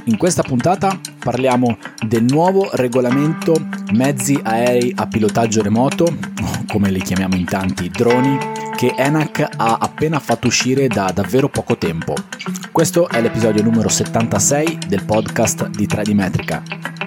In questa puntata parliamo del nuovo regolamento mezzi aerei a pilotaggio remoto, come li chiamiamo in tanti, droni, che ENAC ha appena fatto uscire da davvero poco tempo. Questo è l'episodio numero 76 del podcast di 3D Metrica.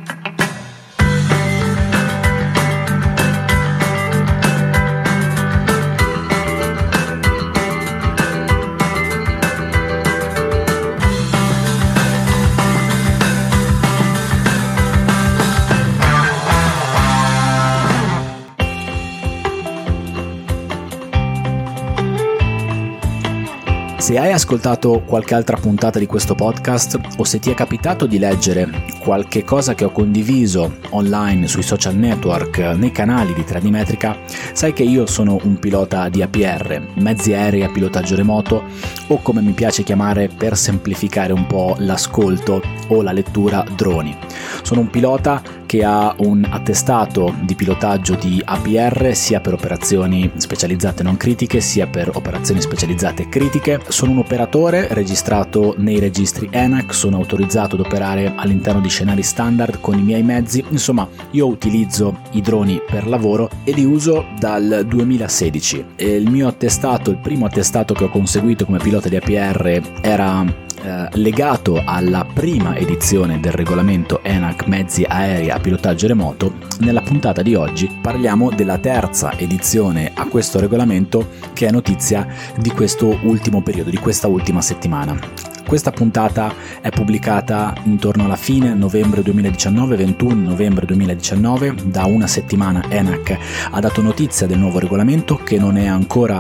Se hai ascoltato qualche altra puntata di questo podcast o se ti è capitato di leggere qualche cosa che ho condiviso online sui social network, nei canali di 3D Metrica, sai che io sono un pilota di APR, mezzi aerei a pilotaggio remoto, o come mi piace chiamare per semplificare un po' l'ascolto o la lettura, droni. Sono un pilota che ha un attestato di pilotaggio di APR sia per operazioni specializzate non critiche sia per operazioni specializzate critiche. Sono un operatore registrato nei registri ENAC, sono autorizzato ad operare all'interno di scenari standard con i miei mezzi. Insomma, io utilizzo i droni per lavoro e li uso dal 2016. Il mio attestato, il primo attestato che ho conseguito come pilota di APR era legato alla prima edizione del regolamento ENAC mezzi aerei a pilotaggio remoto. Nella puntata di oggi parliamo della terza edizione a questo regolamento, che è notizia di questo ultimo periodo, di questa ultima settimana. Questa puntata è pubblicata intorno alla fine novembre 2019, 21 novembre 2019. Da una settimana ENAC ha dato notizia del nuovo regolamento, che non è ancora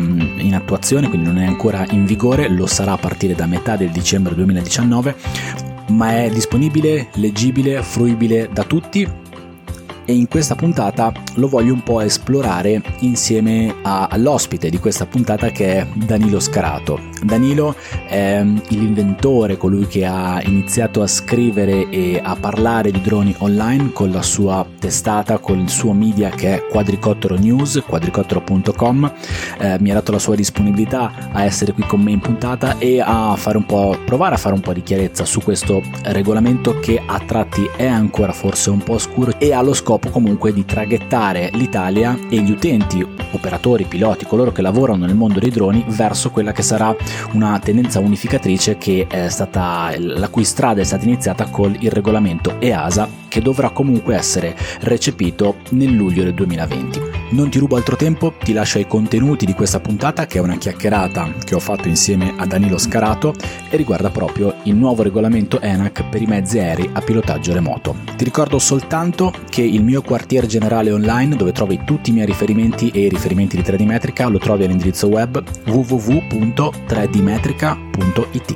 in attuazione, quindi non è ancora in vigore, lo sarà a partire da metà del dicembre 2019, ma è disponibile, leggibile, fruibile da tutti. E in questa puntata lo voglio un po' esplorare insieme all'ospite di questa puntata, che è Danilo Scarato. Danilo è l'inventore, colui che ha iniziato a scrivere e a parlare di droni online con la sua testata, con il suo media che è Quadricottero News, quadricottero.com. Mi ha dato la sua disponibilità a essere qui con me in puntata e a provare a fare un po' di chiarezza su questo regolamento, che a tratti è ancora forse un po' oscuro e ha lo scopo comunque di traghettare l'Italia e gli utenti, operatori, piloti, coloro che lavorano nel mondo dei droni, verso quella che sarà una tendenza unificatrice la cui strada è stata iniziata con il regolamento EASA, che dovrà comunque essere recepito nel luglio del 2020. Non ti rubo altro tempo, ti lascio ai contenuti di questa puntata, che è una chiacchierata che ho fatto insieme a Danilo Scarato e riguarda proprio il nuovo regolamento ENAC per i mezzi aerei a pilotaggio remoto. Ti ricordo soltanto che il mio quartier generale online, dove trovi tutti i miei riferimenti e i riferimenti di 3D Metrica, lo trovi all'indirizzo web www.3dmetrica.it.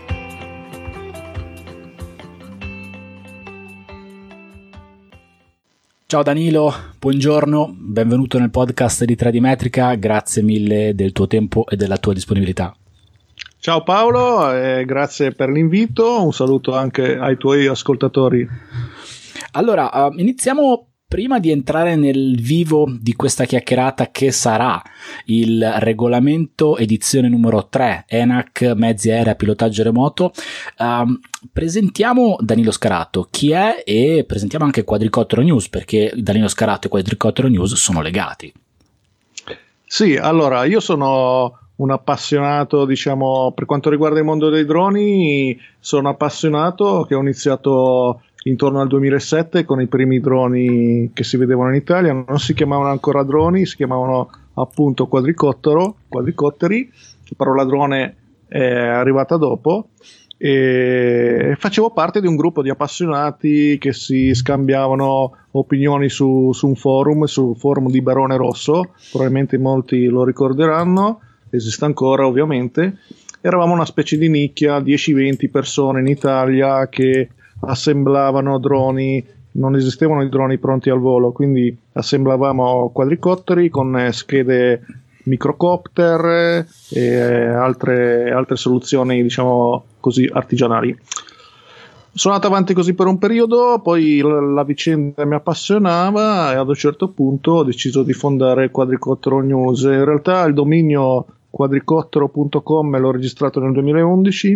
Ciao Danilo, buongiorno, benvenuto nel podcast di 3D Metrica, grazie mille del tuo tempo e della tua disponibilità. Ciao Paolo, grazie per l'invito, un saluto anche ai tuoi ascoltatori. Allora, iniziamo. Prima di entrare nel vivo di questa chiacchierata, che sarà il regolamento edizione numero 3 ENAC mezzi aerei a pilotaggio remoto, presentiamo Danilo Scarato, chi è, e presentiamo anche Quadricottero News, perché Danilo Scarato e Quadricottero News sono legati. Sì, allora io sono un appassionato, per quanto riguarda il mondo dei droni, sono appassionato che ho iniziato intorno al 2007 con i primi droni che si vedevano in Italia. Non si chiamavano ancora droni, si chiamavano appunto quadricotteri. La parola drone è arrivata dopo, e facevo parte di un gruppo di appassionati che si scambiavano opinioni su un forum, sul forum di Barone Rosso. Probabilmente molti lo ricorderanno, esiste ancora ovviamente. Eravamo una specie di nicchia, 10-20 persone in Italia che assemblavano droni. Non esistevano i droni pronti al volo, quindi assemblavamo quadricotteri con schede microcopter e altre soluzioni, così, artigianali. Sono andato avanti così per un periodo, poi la vicenda mi appassionava e ad un certo punto ho deciso di fondare Quadricottero News. In realtà il dominio quadricottero.com l'ho registrato nel 2011,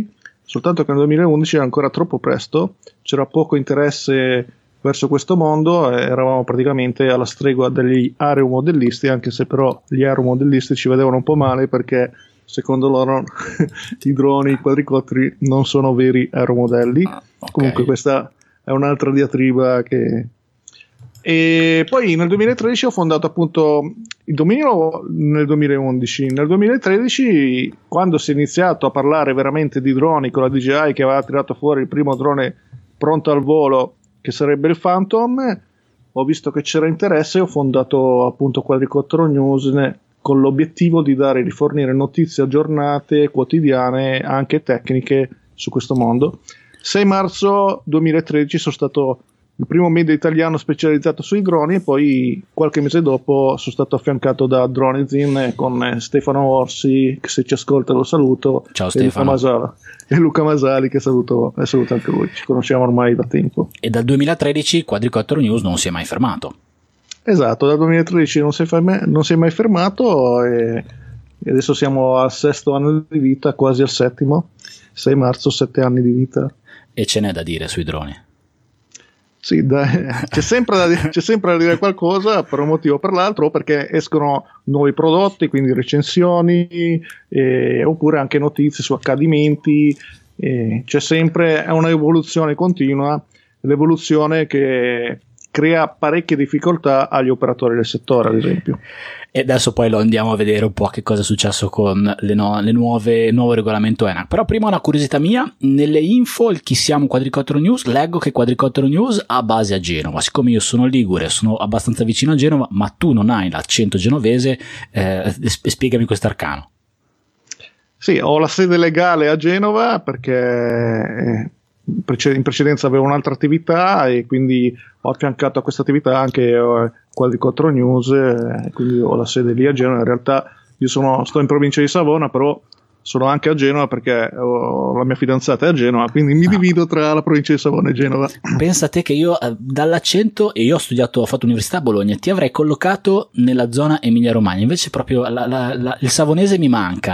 soltanto che nel 2011 era ancora troppo presto, c'era poco interesse verso questo mondo, eravamo praticamente alla stregua degli aeromodellisti, anche se però gli aeromodellisti ci vedevano un po' male perché secondo loro i droni, i quadricotteri non sono veri aeromodelli. Okay. Comunque questa è un'altra diatriba che... E poi nel 2013 ho fondato appunto il dominio nel 2011. Nel 2013, quando si è iniziato a parlare veramente di droni con la DJI che aveva tirato fuori il primo drone pronto al volo, che sarebbe il Phantom, ho visto che c'era interesse e ho fondato appunto Quadricottero News con l'obiettivo di fornire notizie aggiornate, quotidiane, anche tecniche su questo mondo. 6 marzo 2013 sono stato il primo media italiano specializzato sui droni e poi qualche mese dopo sono stato affiancato da Dronezin con Stefano Orsi, che se ci ascolta lo saluto. Ciao Stefano. E Luca Masali, che saluto anche lui, ci conosciamo ormai da tempo. E dal 2013 Quadricottero News non si è mai fermato. Esatto, dal 2013 non si è mai fermato e adesso siamo al 6° anno di vita, quasi al 7°. 6 marzo, 7 anni di vita. E ce n'è da dire sui droni. Sì, c'è sempre da dire qualcosa per un motivo o per l'altro, o perché escono nuovi prodotti, quindi recensioni, oppure anche notizie su accadimenti. C'è sempre un'evoluzione continua, l'evoluzione che crea parecchie difficoltà agli operatori del settore, ad esempio. E adesso poi lo andiamo a vedere un po' che cosa è successo con il nuovo regolamento ENAC. Però prima una curiosità mia, nelle info il chi siamo Quadricottero News, leggo che Quadricottero News ha base a Genova. Siccome io sono ligure, sono abbastanza vicino a Genova, ma tu non hai l'accento genovese, spiegami questo arcano. Sì, ho la sede legale a Genova perché in precedenza avevo un'altra attività e quindi ho affiancato a questa attività anche Quadricottero News, quindi ho la sede lì a Genova. In realtà io sto in provincia di Savona, però sono anche a Genova perché la mia fidanzata è a Genova, quindi mi divido tra la provincia di Savona e Genova. Pensa te che io dall'accento, e io ho fatto università a Bologna, ti avrei collocato nella zona Emilia Romagna, invece proprio il savonese mi manca.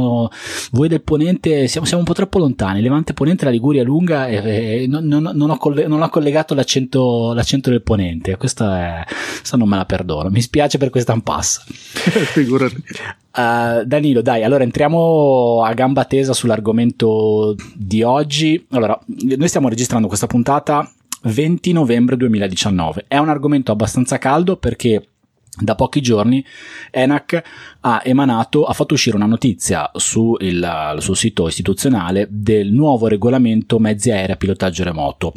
Voi del Ponente siamo un po' troppo lontani, Levante Ponente, la Liguria è lunga e non ho collegato l'accento del Ponente. Questa non me la perdono, mi spiace per questa impasse. Figurati. Danilo, dai, allora entriamo a gamba tesa sull'argomento di oggi. Allora, noi stiamo registrando questa puntata 20 novembre 2019. È un argomento abbastanza caldo perché da pochi giorni ENAC ha fatto uscire una notizia sul suo sito istituzionale del nuovo regolamento mezzi aerei a pilotaggio remoto,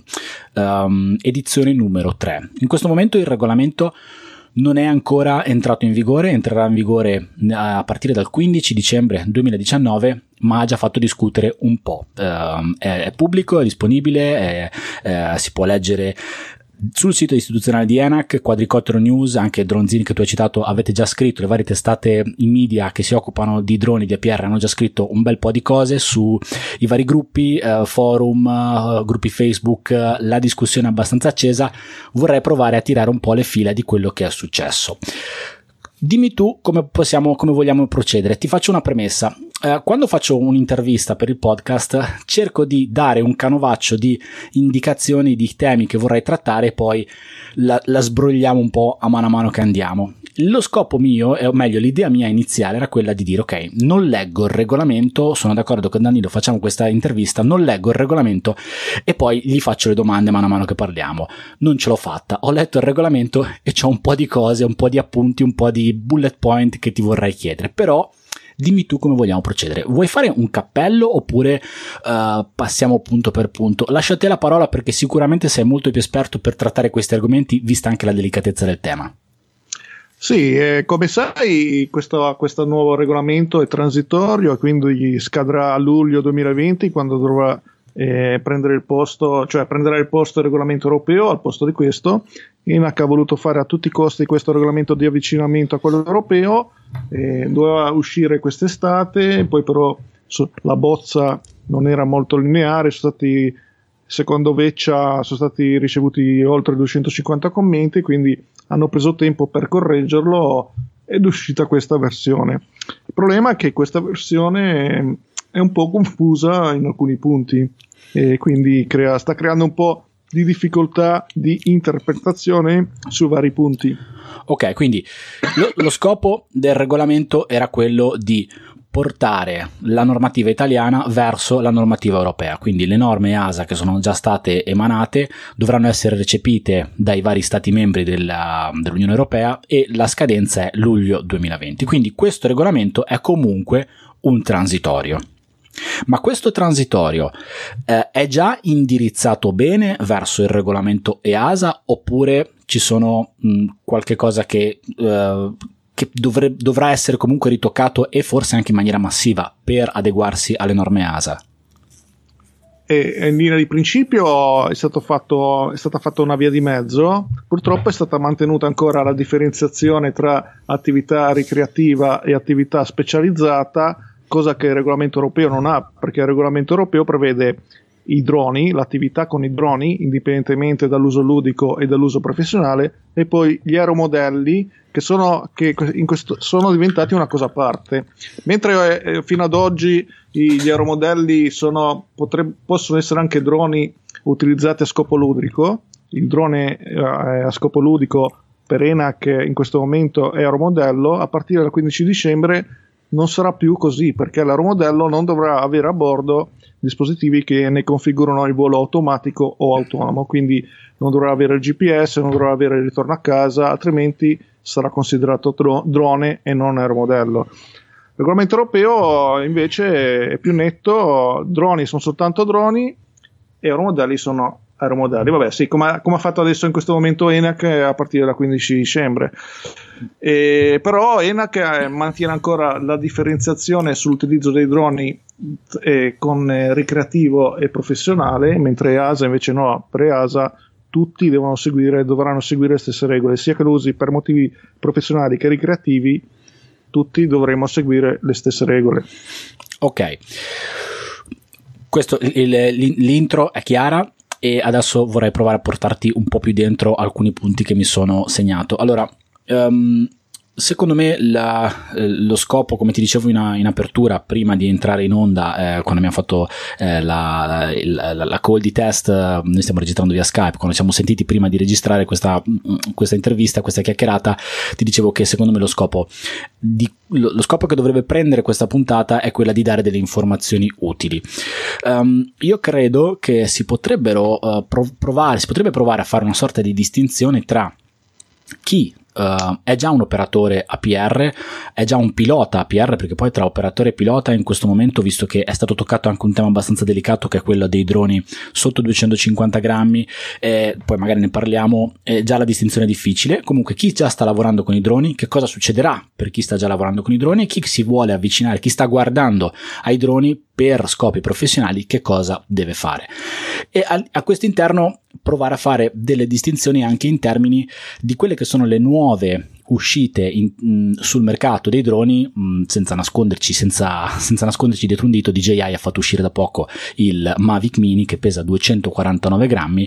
edizione numero 3. In questo momento il regolamento non è ancora entrato in vigore, entrerà in vigore a partire dal 15 dicembre 2019, ma ha già fatto discutere un po'. È pubblico, è disponibile, si può leggere sul sito istituzionale di ENAC. Quadricottero News, anche Dronzini che tu hai citato, avete già scritto, le varie testate in media che si occupano di droni, di APR, hanno già scritto un bel po' di cose sui vari gruppi, forum, gruppi Facebook. La discussione è abbastanza accesa. Vorrei provare a tirare un po' le fila di quello che è successo. Dimmi tu come vogliamo procedere. Ti faccio una premessa. Quando faccio un'intervista per il podcast cerco di dare un canovaccio di indicazioni di temi che vorrei trattare e poi la sbrogliamo un po' a mano che andiamo. Lo scopo mio, o meglio l'idea mia iniziale, era quella di dire ok, non leggo il regolamento, sono d'accordo con Danilo, facciamo questa intervista, non leggo il regolamento e poi gli faccio le domande a mano che parliamo. Non ce l'ho fatta, ho letto il regolamento e c'ho un po' di cose, un po' di appunti, un po' di bullet point che ti vorrei chiedere, però dimmi tu come vogliamo procedere. Vuoi fare un cappello oppure passiamo punto per punto? Lascio a te la parola perché sicuramente sei molto più esperto per trattare questi argomenti, vista anche la delicatezza del tema. Sì, come sai questo nuovo regolamento è transitorio e quindi scadrà a luglio 2020 quando dovrà prenderà il posto del regolamento europeo al posto di questo. ENAC ha voluto fare a tutti i costi questo regolamento di avvicinamento a quello europeo, doveva uscire quest'estate, poi però la bozza non era molto lineare, secondo Veccia sono stati ricevuti oltre 250 commenti, quindi hanno preso tempo per correggerlo ed è uscita questa versione. Il problema è che questa versione è un po' confusa in alcuni punti e quindi sta creando un po' di difficoltà di interpretazione su vari punti. Ok, quindi lo scopo del regolamento era quello di portare la normativa italiana verso la normativa europea, quindi le norme EASA che sono già state emanate dovranno essere recepite dai vari stati membri dell'Unione Europea e la scadenza è luglio 2020, quindi questo regolamento è comunque un transitorio. Ma questo transitorio è già indirizzato bene verso il regolamento EASA oppure ci sono qualche cosa che dovrà essere comunque ritoccato e forse anche in maniera massiva per adeguarsi alle norme EASA? E in linea di principio è stata fatta una via di mezzo. Purtroppo è stata mantenuta ancora la differenziazione tra attività ricreativa e attività specializzata, cosa che il regolamento europeo non ha, perché il regolamento europeo prevede i droni, l'attività con i droni, indipendentemente dall'uso ludico e dall'uso professionale, e poi gli aeromodelli che sono diventati una cosa a parte. Mentre fino ad oggi gli aeromodelli possono essere anche droni utilizzati a scopo ludico, il drone a scopo ludico per ENAC in questo momento è aeromodello, a partire dal 15 dicembre non sarà più così, perché l'aeromodello non dovrà avere a bordo dispositivi che ne configurano il volo automatico o autonomo, quindi non dovrà avere il GPS, non dovrà avere il ritorno a casa, altrimenti sarà considerato drone e non aeromodello. Il regolamento europeo invece è più netto, droni sono soltanto droni e aeromodelli sono aeromodelli. Vabbè, sì, come ha fatto adesso in questo momento ENAC a partire dal 15 dicembre. Però ENAC mantiene ancora la differenziazione sull'utilizzo dei droni con ricreativo e professionale, mentre EASA invece no. Per EASA tutti dovranno seguire le stesse regole, sia che lo usi per motivi professionali che ricreativi, tutti dovremo seguire le stesse regole. Ok, questo l'intro è chiara e adesso vorrei provare a portarti un po' più dentro alcuni punti che mi sono segnato. Allora, secondo me lo scopo, come ti dicevo in apertura, prima di entrare in onda, quando abbiamo fatto la call di test, noi stiamo registrando via Skype, quando ci siamo sentiti prima di registrare questa intervista, questa chiacchierata, ti dicevo che secondo me lo scopo che dovrebbe prendere questa puntata è quella di dare delle informazioni utili. Io credo che si potrebbe provare a fare una sorta di distinzione tra chi è già un operatore APR, è già un pilota APR, perché poi tra operatore e pilota in questo momento, visto che è stato toccato anche un tema abbastanza delicato che è quello dei droni sotto 250 grammi, poi magari ne parliamo, già la distinzione è difficile. Comunque chi già sta lavorando con i droni, che cosa succederà per chi sta già lavorando con i droni, e chi si vuole avvicinare, chi sta guardando ai droni per scopi professionali, che cosa deve fare. E a questo interno provare a fare delle distinzioni anche in termini di quelle che sono le nuove uscite sul mercato dei droni, senza nasconderci dietro un dito. DJI ha fatto uscire da poco il Mavic Mini che pesa 249 grammi,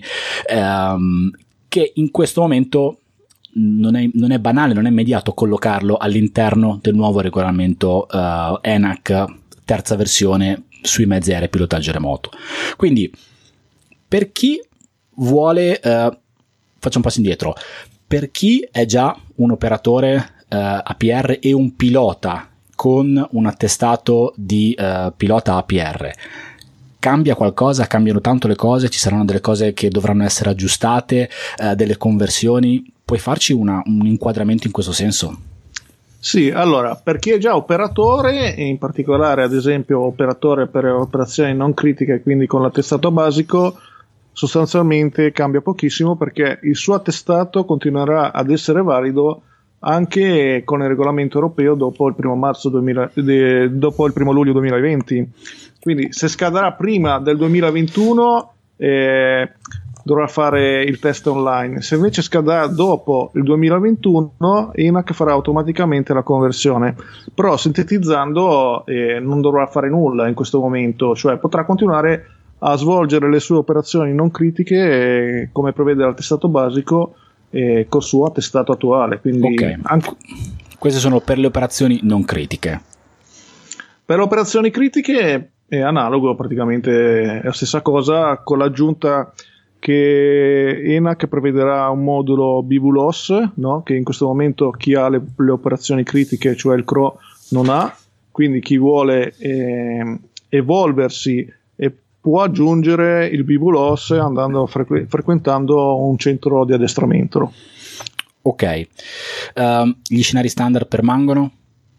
che in questo momento non è banale, non è immediato collocarlo all'interno del nuovo regolamento ENAC terza versione sui mezzi aerei a pilotaggio remoto. Quindi per chi vuole, faccio un passo indietro, per chi è già un operatore APR e un pilota con un attestato di pilota APR, cambia qualcosa? Cambiano tanto le cose? Ci saranno delle cose che dovranno essere aggiustate, delle conversioni? Puoi farci un inquadramento in questo senso? Sì, allora, per chi è già operatore, e in particolare ad esempio operatore per operazioni non critiche, quindi con l'attestato basico, sostanzialmente cambia pochissimo, perché il suo attestato continuerà ad essere valido anche con il regolamento europeo dopo il 1 luglio 2020. Quindi se scadrà prima del 2021 dovrà fare il test online. Se invece scadrà dopo il 2021, ENAC farà automaticamente la conversione. Però sintetizzando, non dovrà fare nulla in questo momento, cioè potrà continuare a svolgere le sue operazioni non critiche come prevede l'attestato basico col suo attestato attuale. Quindi queste sono per le operazioni non critiche. Per le operazioni critiche è analogo, praticamente è la stessa cosa, con l'aggiunta che ENAC prevederà un modulo BVLOS, no? Che in questo momento chi ha le operazioni critiche, cioè il CRO, non ha, quindi chi vuole evolversi può aggiungere il BVLOS andando frequentando un centro di addestramento. Ok, gli scenari standard permangono?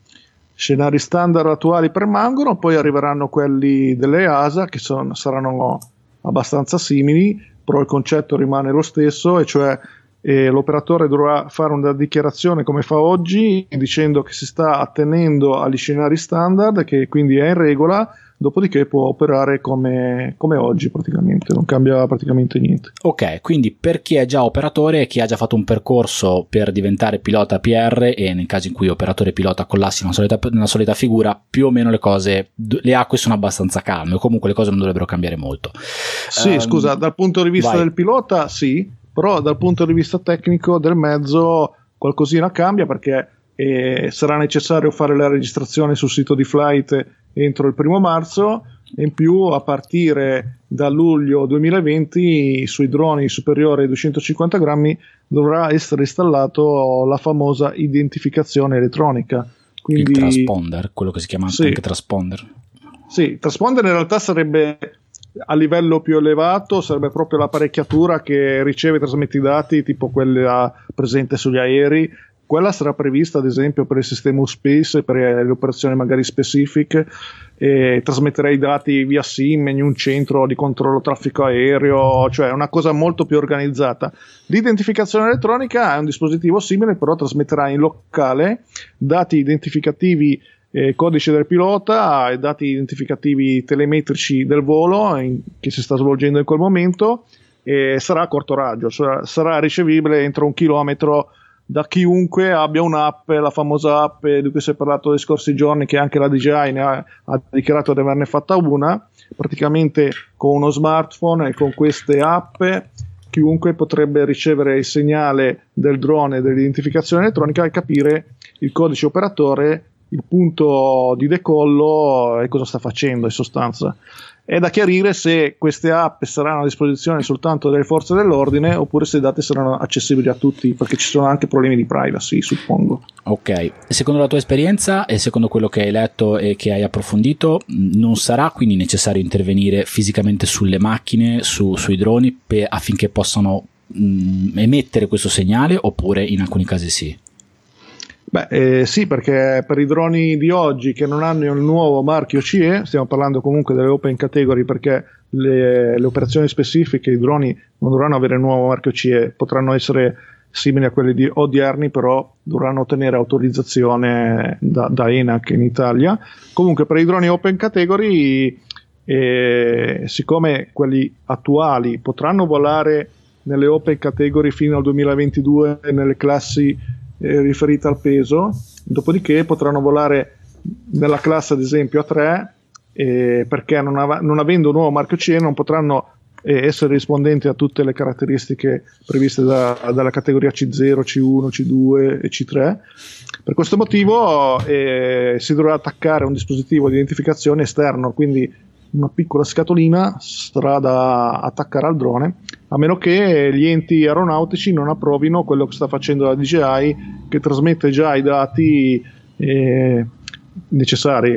Scenari standard attuali permangono, poi arriveranno quelli delle EASA che saranno abbastanza simili, però il concetto rimane lo stesso, e cioè l'operatore dovrà fare una dichiarazione come fa oggi dicendo che si sta attenendo agli scenari standard, che quindi è in regola, dopodiché può operare come oggi, praticamente non cambia praticamente niente. Ok, quindi per chi è già operatore e chi ha già fatto un percorso per diventare pilota PR, e nel caso in cui operatore pilota collassi una solita figura, più o meno le acque sono abbastanza calme, o comunque le cose non dovrebbero cambiare molto. Sì, scusa, dal punto di vista del pilota sì, però dal punto di vista tecnico del mezzo qualcosina cambia, perché sarà necessario fare la registrazione sul sito di Flight entro il 1 marzo, e in più a partire da luglio 2020 sui droni superiori ai 250 grammi dovrà essere installato la famosa identificazione elettronica. Quindi, il transponder, quello che si chiama anche transponder. Sì, transponder in realtà sarebbe a livello più elevato, sarebbe proprio l'apparecchiatura che riceve e trasmette i dati, tipo quella presente sugli aerei. Quella sarà prevista ad esempio per il sistema U-Space, per le operazioni magari specifiche, e trasmetterà i dati via SIM in un centro di controllo traffico aereo, cioè una cosa molto più organizzata. L'identificazione elettronica è un dispositivo simile, però trasmetterà in locale dati identificativi, codice del pilota e dati identificativi telemetrici del volo che si sta svolgendo in quel momento, e sarà a corto raggio, sarà ricevibile entro 1 chilometro da chiunque abbia un'app, la famosa app di cui si è parlato nei scorsi giorni, che anche la DJI ha dichiarato di averne fatta una. Praticamente con uno smartphone e con queste app chiunque potrebbe ricevere il segnale del drone dell'identificazione elettronica e capire il codice operatore, il punto di decollo e cosa sta facendo in sostanza. È da chiarire se queste app saranno a disposizione soltanto delle forze dell'ordine oppure se i dati saranno accessibili a tutti, perché ci sono anche problemi di privacy, suppongo. Ok, secondo la tua esperienza e secondo quello che hai letto e che hai approfondito, non sarà quindi necessario intervenire fisicamente sulle macchine, sui droni, affinché possano emettere questo segnale, oppure in alcuni casi sì? Sì, perché per i droni di oggi che non hanno il nuovo marchio CE, stiamo parlando comunque delle open category, perché le operazioni specifiche, i droni non dovranno avere il nuovo marchio CE, potranno essere simili a quelli odierni, però dovranno ottenere autorizzazione da ENAC in Italia. Comunque per i droni open category, siccome quelli attuali potranno volare nelle open category fino al 2022 nelle classi riferita al peso, dopodiché potranno volare nella classe ad esempio A3, perché non avendo un nuovo marchio CE non potranno essere rispondenti a tutte le caratteristiche previste dalla categoria C0, C1, C2 e C3. Per questo motivo si dovrà attaccare un dispositivo di identificazione esterno, quindi una piccola scatolina sarà da attaccare al drone, a meno che gli enti aeronautici non approvino quello che sta facendo la DJI, che trasmette già i dati necessari.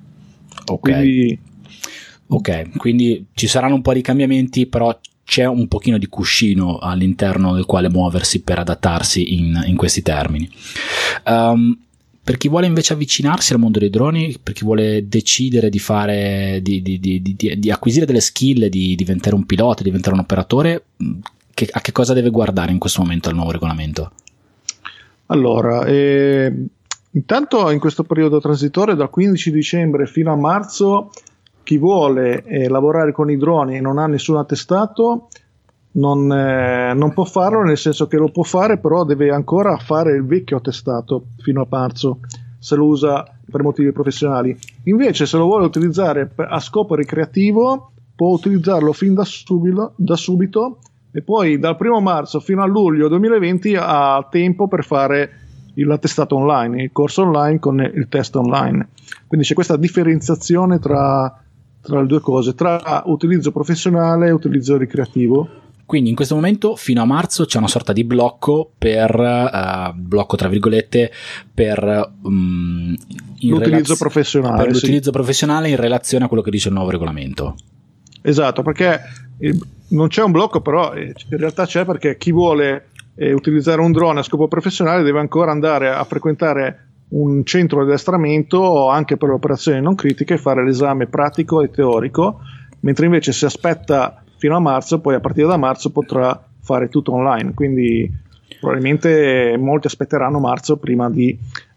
Quindi ci saranno un po' di cambiamenti, però c'è un pochino di cuscino all'interno del quale muoversi per adattarsi in questi termini. Per chi vuole invece avvicinarsi al mondo dei droni, per chi vuole decidere di fare, di acquisire delle skill, di diventare un pilota, di diventare un operatore, a che cosa deve guardare in questo momento al nuovo regolamento? Allora, intanto in questo periodo transitorio dal 15 dicembre fino a marzo, chi vuole lavorare con i droni e non ha nessun attestato non può farlo, nel senso che lo può fare, però deve ancora fare il vecchio attestato fino a marzo, se lo usa per motivi professionali. Invece se lo vuole utilizzare a scopo ricreativo può utilizzarlo fin da subito, e poi dal 1 marzo fino a luglio 2020 ha tempo per fare l'attestato online, il corso online con il test online. Quindi c'è questa differenziazione tra tra le due cose, tra utilizzo professionale e utilizzo ricreativo. Quindi in questo momento fino a marzo c'è una sorta di blocco blocco tra virgolette per l'utilizzo professionale. Per l'utilizzo professionale in relazione a quello che dice il nuovo regolamento. Esatto, perché non c'è un blocco, però in realtà c'è, perché chi vuole utilizzare un drone a scopo professionale deve ancora andare a frequentare un centro di addestramento anche per le operazioni non critiche e fare l'esame pratico e teorico, mentre invece se aspetta fino a marzo, poi a partire da marzo potrà fare tutto online, quindi probabilmente molti aspetteranno marzo prima di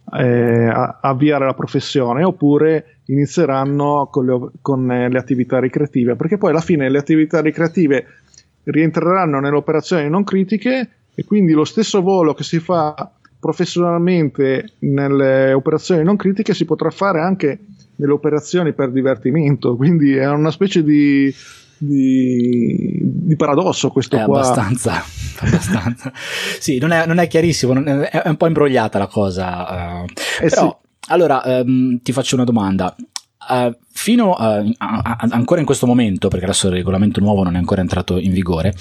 avviare la professione, oppure inizieranno con le attività ricreative, perché poi alla fine le attività ricreative rientreranno nelle operazioni non critiche e quindi lo stesso volo che si fa professionalmente nelle operazioni non critiche si potrà fare anche nelle operazioni per divertimento, quindi è una specie di paradosso questo qua. Abbastanza. Sì, non è chiarissimo, è un po' imbrogliata la cosa. Però, sì. Allora, ti faccio una domanda. Fino ancora in questo momento, perché adesso il regolamento nuovo non è ancora entrato in vigore,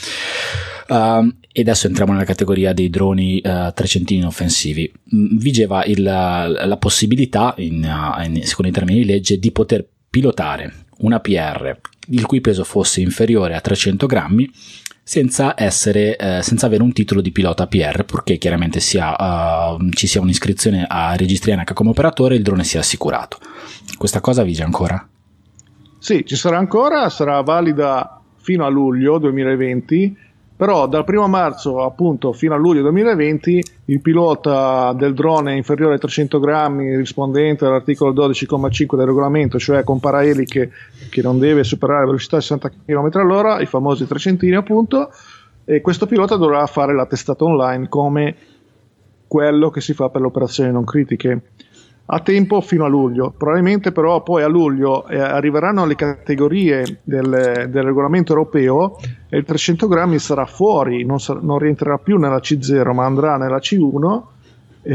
e adesso entriamo nella categoria dei droni trecentini inoffensivi, vigeva la possibilità, secondo i termini di legge, di poter pilotare una PR il cui peso fosse inferiore a 300 grammi senza avere un titolo di pilota PR, purché chiaramente ci sia un'iscrizione a registri ANAC come operatore e il drone sia assicurato. Questa cosa vige ancora? Sì, ci sarà ancora, sarà valida fino a luglio 2020, però dal 1 marzo appunto fino a luglio 2020 il pilota del drone inferiore ai 300 grammi rispondente all'articolo 12,5 del regolamento, cioè con paraeliche che non deve superare la velocità di 60 km/h, i famosi trecentini appunto, e questo pilota dovrà fare l'attestato online come quello che si fa per le operazioni non critiche. A tempo fino a luglio, probabilmente però poi a luglio arriveranno le categorie del regolamento europeo e il 300 grammi sarà fuori, non rientrerà più nella C0 ma andrà nella C1 e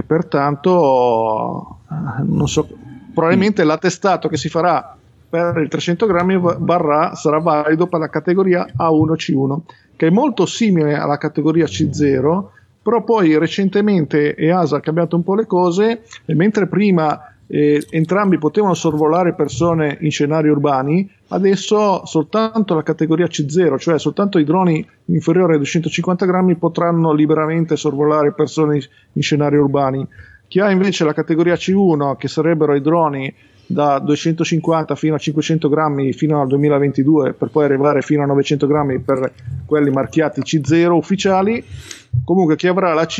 pertanto non so, probabilmente l'attestato che si farà per il 300 grammi sarà valido per la categoria A1C1, che è molto simile alla categoria C0. Però poi recentemente EASA ha cambiato un po' le cose e mentre prima entrambi potevano sorvolare persone in scenari urbani, adesso soltanto la categoria C0, cioè soltanto i droni inferiori ai 250 grammi potranno liberamente sorvolare persone in scenari urbani. Chi ha invece la categoria C1, che sarebbero i droni da 250 fino a 500 grammi fino al 2022, per poi arrivare fino a 900 grammi per quelli marchiati C0 ufficiali. Comunque chi avrà la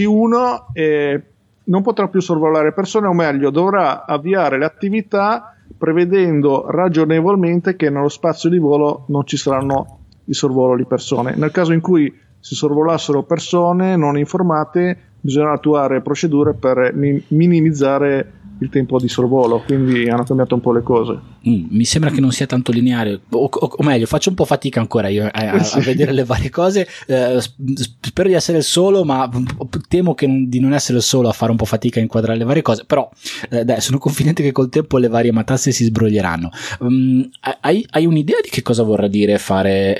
C1 non potrà più sorvolare persone, o meglio dovrà avviare le attività prevedendo ragionevolmente che nello spazio di volo non ci saranno i sorvolo di persone. Nel caso in cui si sorvolassero persone non informate bisogna attuare procedure per minimizzare il tempo di sorvolo, quindi hanno cambiato un po' le cose. Mi sembra che non sia tanto lineare, o meglio, faccio un po' fatica ancora io a vedere le varie cose. Spero di essere il solo, ma temo di non essere il solo a fare un po' fatica a inquadrare le varie cose, però sono confidente che col tempo le varie matazze si sbroglieranno. Hai un'idea di che cosa vorrà dire fare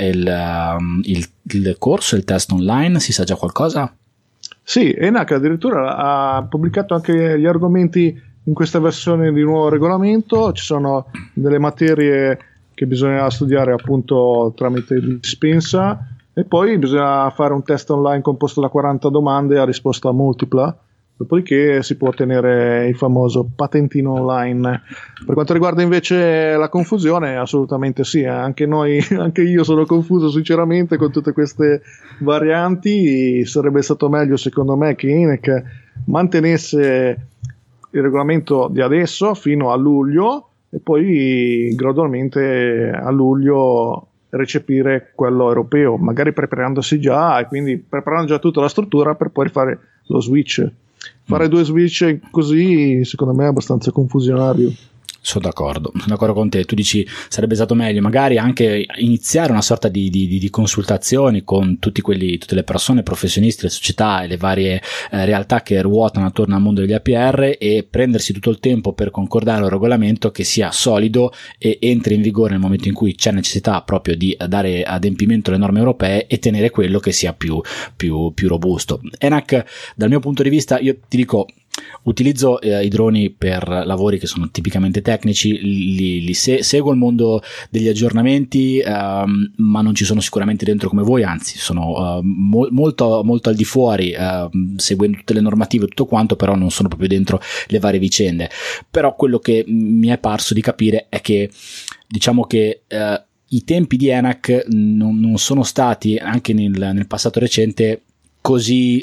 il corso, il test online? Si sa già qualcosa? Sì, ENAC addirittura ha pubblicato anche gli argomenti in questa versione di nuovo regolamento. Ci sono delle materie che bisogna studiare appunto tramite dispensa e poi bisogna fare un test online composto da 40 domande a risposta multipla, dopodiché si può ottenere il famoso patentino online. Per quanto riguarda invece la confusione, assolutamente sì, anche io sono confuso sinceramente con tutte queste varianti. Sarebbe stato meglio secondo me che INEC mantenesse il regolamento di adesso fino a luglio e poi gradualmente a luglio recepire quello europeo, magari preparandosi già e quindi preparando già tutta la struttura per poi fare lo switch. Fare due switch così secondo me è abbastanza confusionario. Sono d'accordo con te. Tu dici sarebbe stato meglio magari anche iniziare una sorta di consultazioni con tutte le persone, professionisti, le società e le varie realtà che ruotano attorno al mondo degli APR, e prendersi tutto il tempo per concordare un regolamento che sia solido e entri in vigore nel momento in cui c'è necessità proprio di dare adempimento alle norme europee, e tenere quello che sia più robusto. ENAC, dal mio punto di vista, io ti dico, utilizzo i droni per lavori che sono tipicamente tecnici, seguo il mondo degli aggiornamenti, ma non ci sono sicuramente dentro come voi, anzi sono molto al di fuori, seguendo tutte le normative e tutto quanto, però non sono proprio dentro le varie vicende. Però quello che mi è parso di capire è che, diciamo che i tempi di ENAC non sono stati, anche nel passato recente, così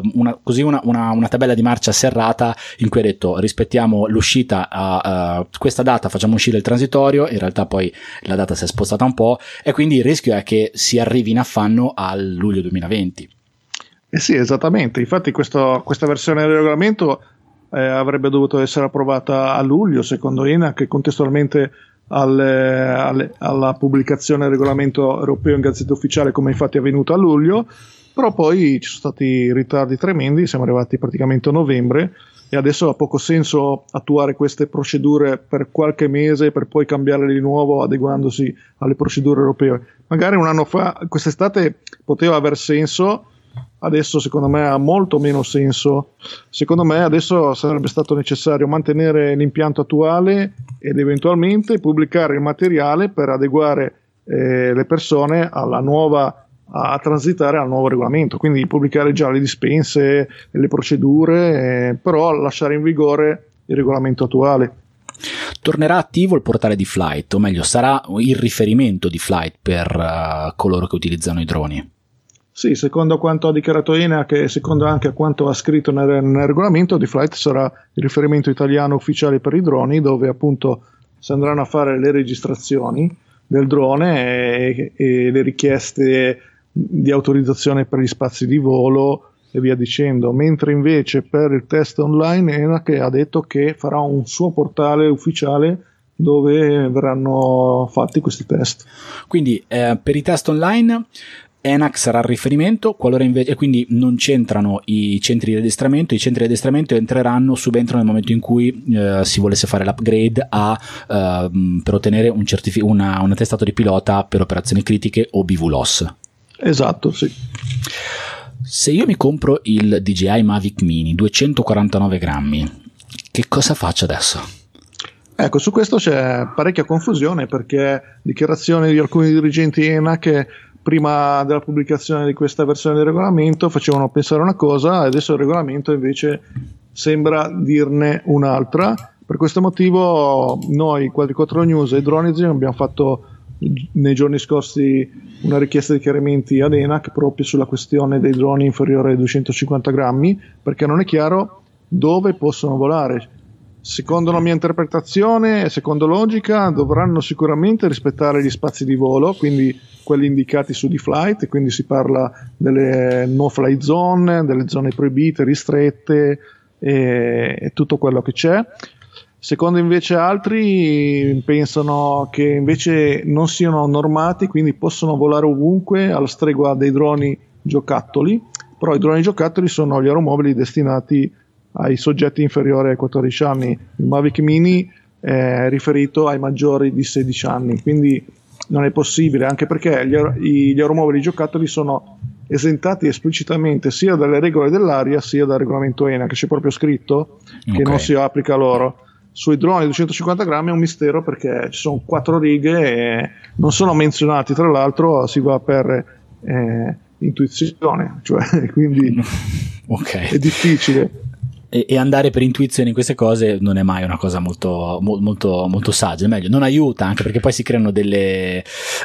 una tabella di marcia serrata in cui ha detto rispettiamo l'uscita a questa data, facciamo uscire il transitorio. In realtà poi la data si è spostata un po', e quindi il rischio è che si arrivi in affanno al luglio 2020. Sì, esattamente. Infatti questa versione del regolamento avrebbe dovuto essere approvata a luglio, secondo ENAC, contestualmente alla pubblicazione del regolamento europeo in Gazzetta Ufficiale, come infatti è avvenuto a luglio. Però poi ci sono stati ritardi tremendi, siamo arrivati praticamente a novembre, e adesso ha poco senso attuare queste procedure per qualche mese per poi cambiarle di nuovo adeguandosi alle procedure europee. Magari un anno fa, quest'estate, poteva aver senso, adesso secondo me ha molto meno senso. Secondo me adesso sarebbe stato necessario mantenere l'impianto attuale ed eventualmente pubblicare il materiale per adeguare le persone a transitare al nuovo regolamento, quindi pubblicare già le dispense e le procedure, però lasciare in vigore il regolamento attuale. Tornerà attivo il portale di Flight, o meglio sarà il riferimento di Flight per coloro che utilizzano i droni? Sì, secondo quanto ha dichiarato ENAC e secondo anche a quanto ha scritto nel regolamento, di Flight sarà il riferimento italiano ufficiale per i droni, dove appunto si andranno a fare le registrazioni del drone e le richieste di autorizzazione per gli spazi di volo e via dicendo, mentre invece per il test online ENAC ha detto che farà un suo portale ufficiale dove verranno fatti questi test. Quindi per i test online ENAC sarà il riferimento, qualora invece, e quindi non c'entrano i centri di addestramento. I centri di addestramento subentrano nel momento in cui si volesse fare l'upgrade per ottenere un attestato di pilota per operazioni critiche o BVLOS. Esatto, sì. Se io mi compro il DJI Mavic Mini 249 grammi, che cosa faccio adesso? Ecco, su questo c'è parecchia confusione, perché dichiarazioni di alcuni dirigenti ENAC prima della pubblicazione di questa versione del regolamento facevano pensare una cosa, e adesso il regolamento invece sembra dirne un'altra. Per questo motivo noi Quadriquattro News e Dronizy abbiamo fatto nei giorni scorsi una richiesta di chiarimenti ad ENAC proprio sulla questione dei droni inferiori ai 250 grammi, perché non è chiaro dove possono volare. Secondo la mia interpretazione e secondo logica dovranno sicuramente rispettare gli spazi di volo, quindi quelli indicati su D-Flight, quindi si parla delle no-fly zone, delle zone proibite, ristrette e tutto quello che c'è. Secondo invece altri pensano che invece non siano normati, quindi possono volare ovunque alla stregua dei droni giocattoli, però i droni giocattoli sono gli aeromobili destinati ai soggetti inferiori ai 14 anni. Il Mavic Mini è riferito ai maggiori di 16 anni, quindi non è possibile, anche perché gli aeromobili giocattoli sono esentati esplicitamente sia dalle regole dell'aria sia dal regolamento ENAC, che c'è proprio scritto che non si applica loro. Sui droni 250 grammi è un mistero, perché ci sono 4 righe e non sono menzionati, tra l'altro si va per intuizione, cioè quindi è difficile. E andare per intuizione in queste cose non è mai una cosa molto saggia, meglio, non aiuta, anche perché poi si creano delle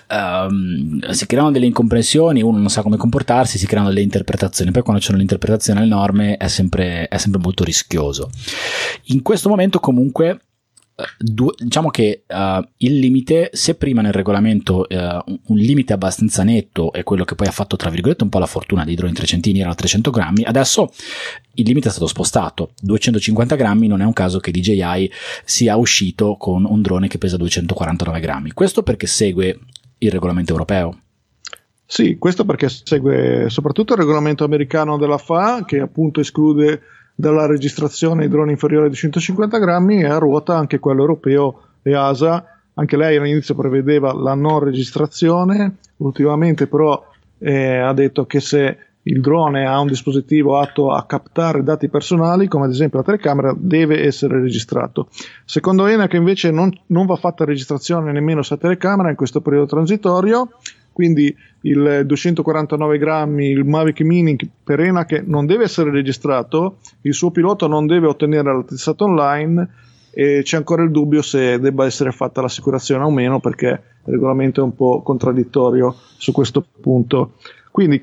incomprensioni, uno non sa come comportarsi, si creano delle interpretazioni, poi quando c'è l'interpretazione alle norme è sempre molto rischioso. In questo momento comunque diciamo che il limite, se prima nel regolamento un limite abbastanza netto è quello che poi ha fatto tra virgolette un po' la fortuna dei droni trecentini, era 300 grammi, adesso il limite è stato spostato, 250 grammi. Non è un caso che DJI sia uscito con un drone che pesa 249 grammi, questo perché segue il regolamento europeo. Sì, questo perché segue soprattutto il regolamento americano della FAA, che appunto esclude dalla registrazione i droni inferiori a 250 grammi, e a ruota anche quello europeo EASA. Anche lei all'inizio prevedeva la non registrazione, ultimamente però ha detto che se il drone ha un dispositivo atto a captare dati personali, come ad esempio la telecamera, deve essere registrato. Secondo ENAC invece non va fatta registrazione nemmeno se la telecamera in questo periodo transitorio, quindi il 249 grammi, il Mavic Mini per ENAC non deve essere registrato, il suo pilota non deve ottenere la testata online, e c'è ancora il dubbio se debba essere fatta l'assicurazione o meno, perché il regolamento è un po' contraddittorio su questo punto. Quindi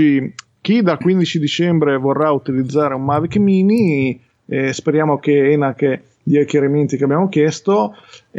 chi dal 15 dicembre vorrà utilizzare un Mavic Mini, speriamo che ENAC dia i chiarimenti che abbiamo chiesto,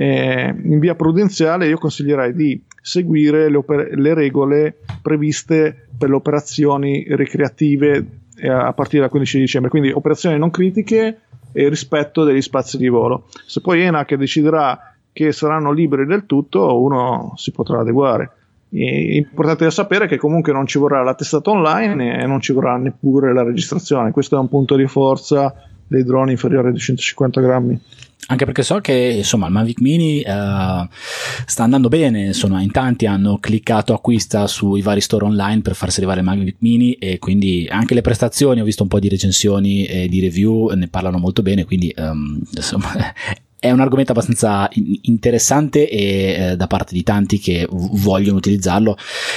in via prudenziale io consiglierei di seguire le regole previste per le operazioni ricreative a partire dal 15 dicembre, quindi operazioni non critiche e rispetto degli spazi di volo. Se poi ENAC deciderà che saranno liberi del tutto, uno si potrà adeguare. Importante da sapere che comunque non ci vorrà la testata online e non ci vorrà neppure la registrazione. Questo è un punto di forza dei droni inferiori a 250 grammi. Anche perché so che insomma il Mavic Mini sta andando bene, insomma in tanti hanno cliccato acquista sui vari store online per farsi arrivare il Mavic Mini, e quindi anche le prestazioni, ho visto un po' di recensioni e di review, ne parlano molto bene, quindi insomma è un argomento abbastanza interessante e da parte di tanti che vogliono utilizzarlo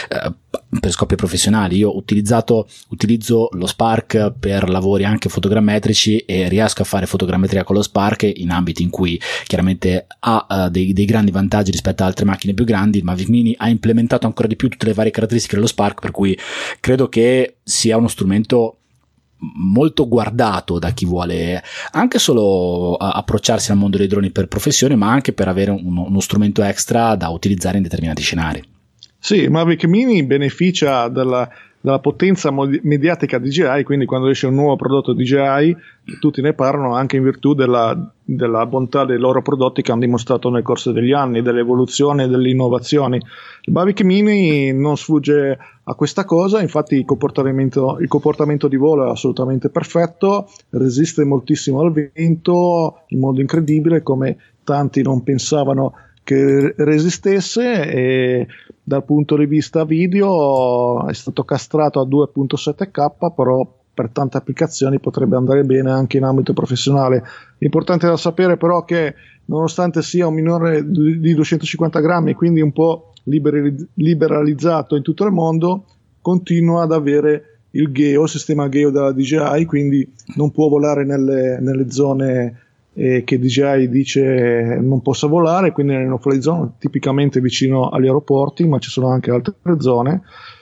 per scopi professionali. Io utilizzo lo Spark per lavori anche fotogrammetrici e riesco a fare fotogrammetria con lo Spark in ambiti in cui chiaramente ha dei grandi vantaggi rispetto a altre macchine più grandi. Il Mavic Mini ha implementato ancora di più tutte le varie caratteristiche dello Spark, per cui credo che sia uno strumento molto guardato da chi vuole anche solo approcciarsi al mondo dei droni per professione, ma anche per avere uno strumento extra da utilizzare in determinati scenari. Sì, il Mavic Mini beneficia dalla potenza mediatica DJI, quindi quando esce un nuovo prodotto DJI tutti ne parlano, anche in virtù della bontà dei loro prodotti che hanno dimostrato nel corso degli anni, dell'evoluzione e delle innovazioni. Il Mavic Mini non sfugge a questa cosa, infatti il comportamento di volo è assolutamente perfetto, resiste moltissimo al vento in modo incredibile, come tanti non pensavano che resistesse, e dal punto di vista video è stato castrato a 2.7K, però per tante applicazioni potrebbe andare bene anche in ambito professionale. Importante da sapere però che nonostante sia un minore di 250 grammi, quindi un po' liberalizzato in tutto il mondo, continua ad avere il sistema GEO della DJI, quindi non può volare nelle zone che DJI dice non possa volare, quindi nelle no-fly zone, tipicamente vicino agli aeroporti, ma ci sono anche altre zone,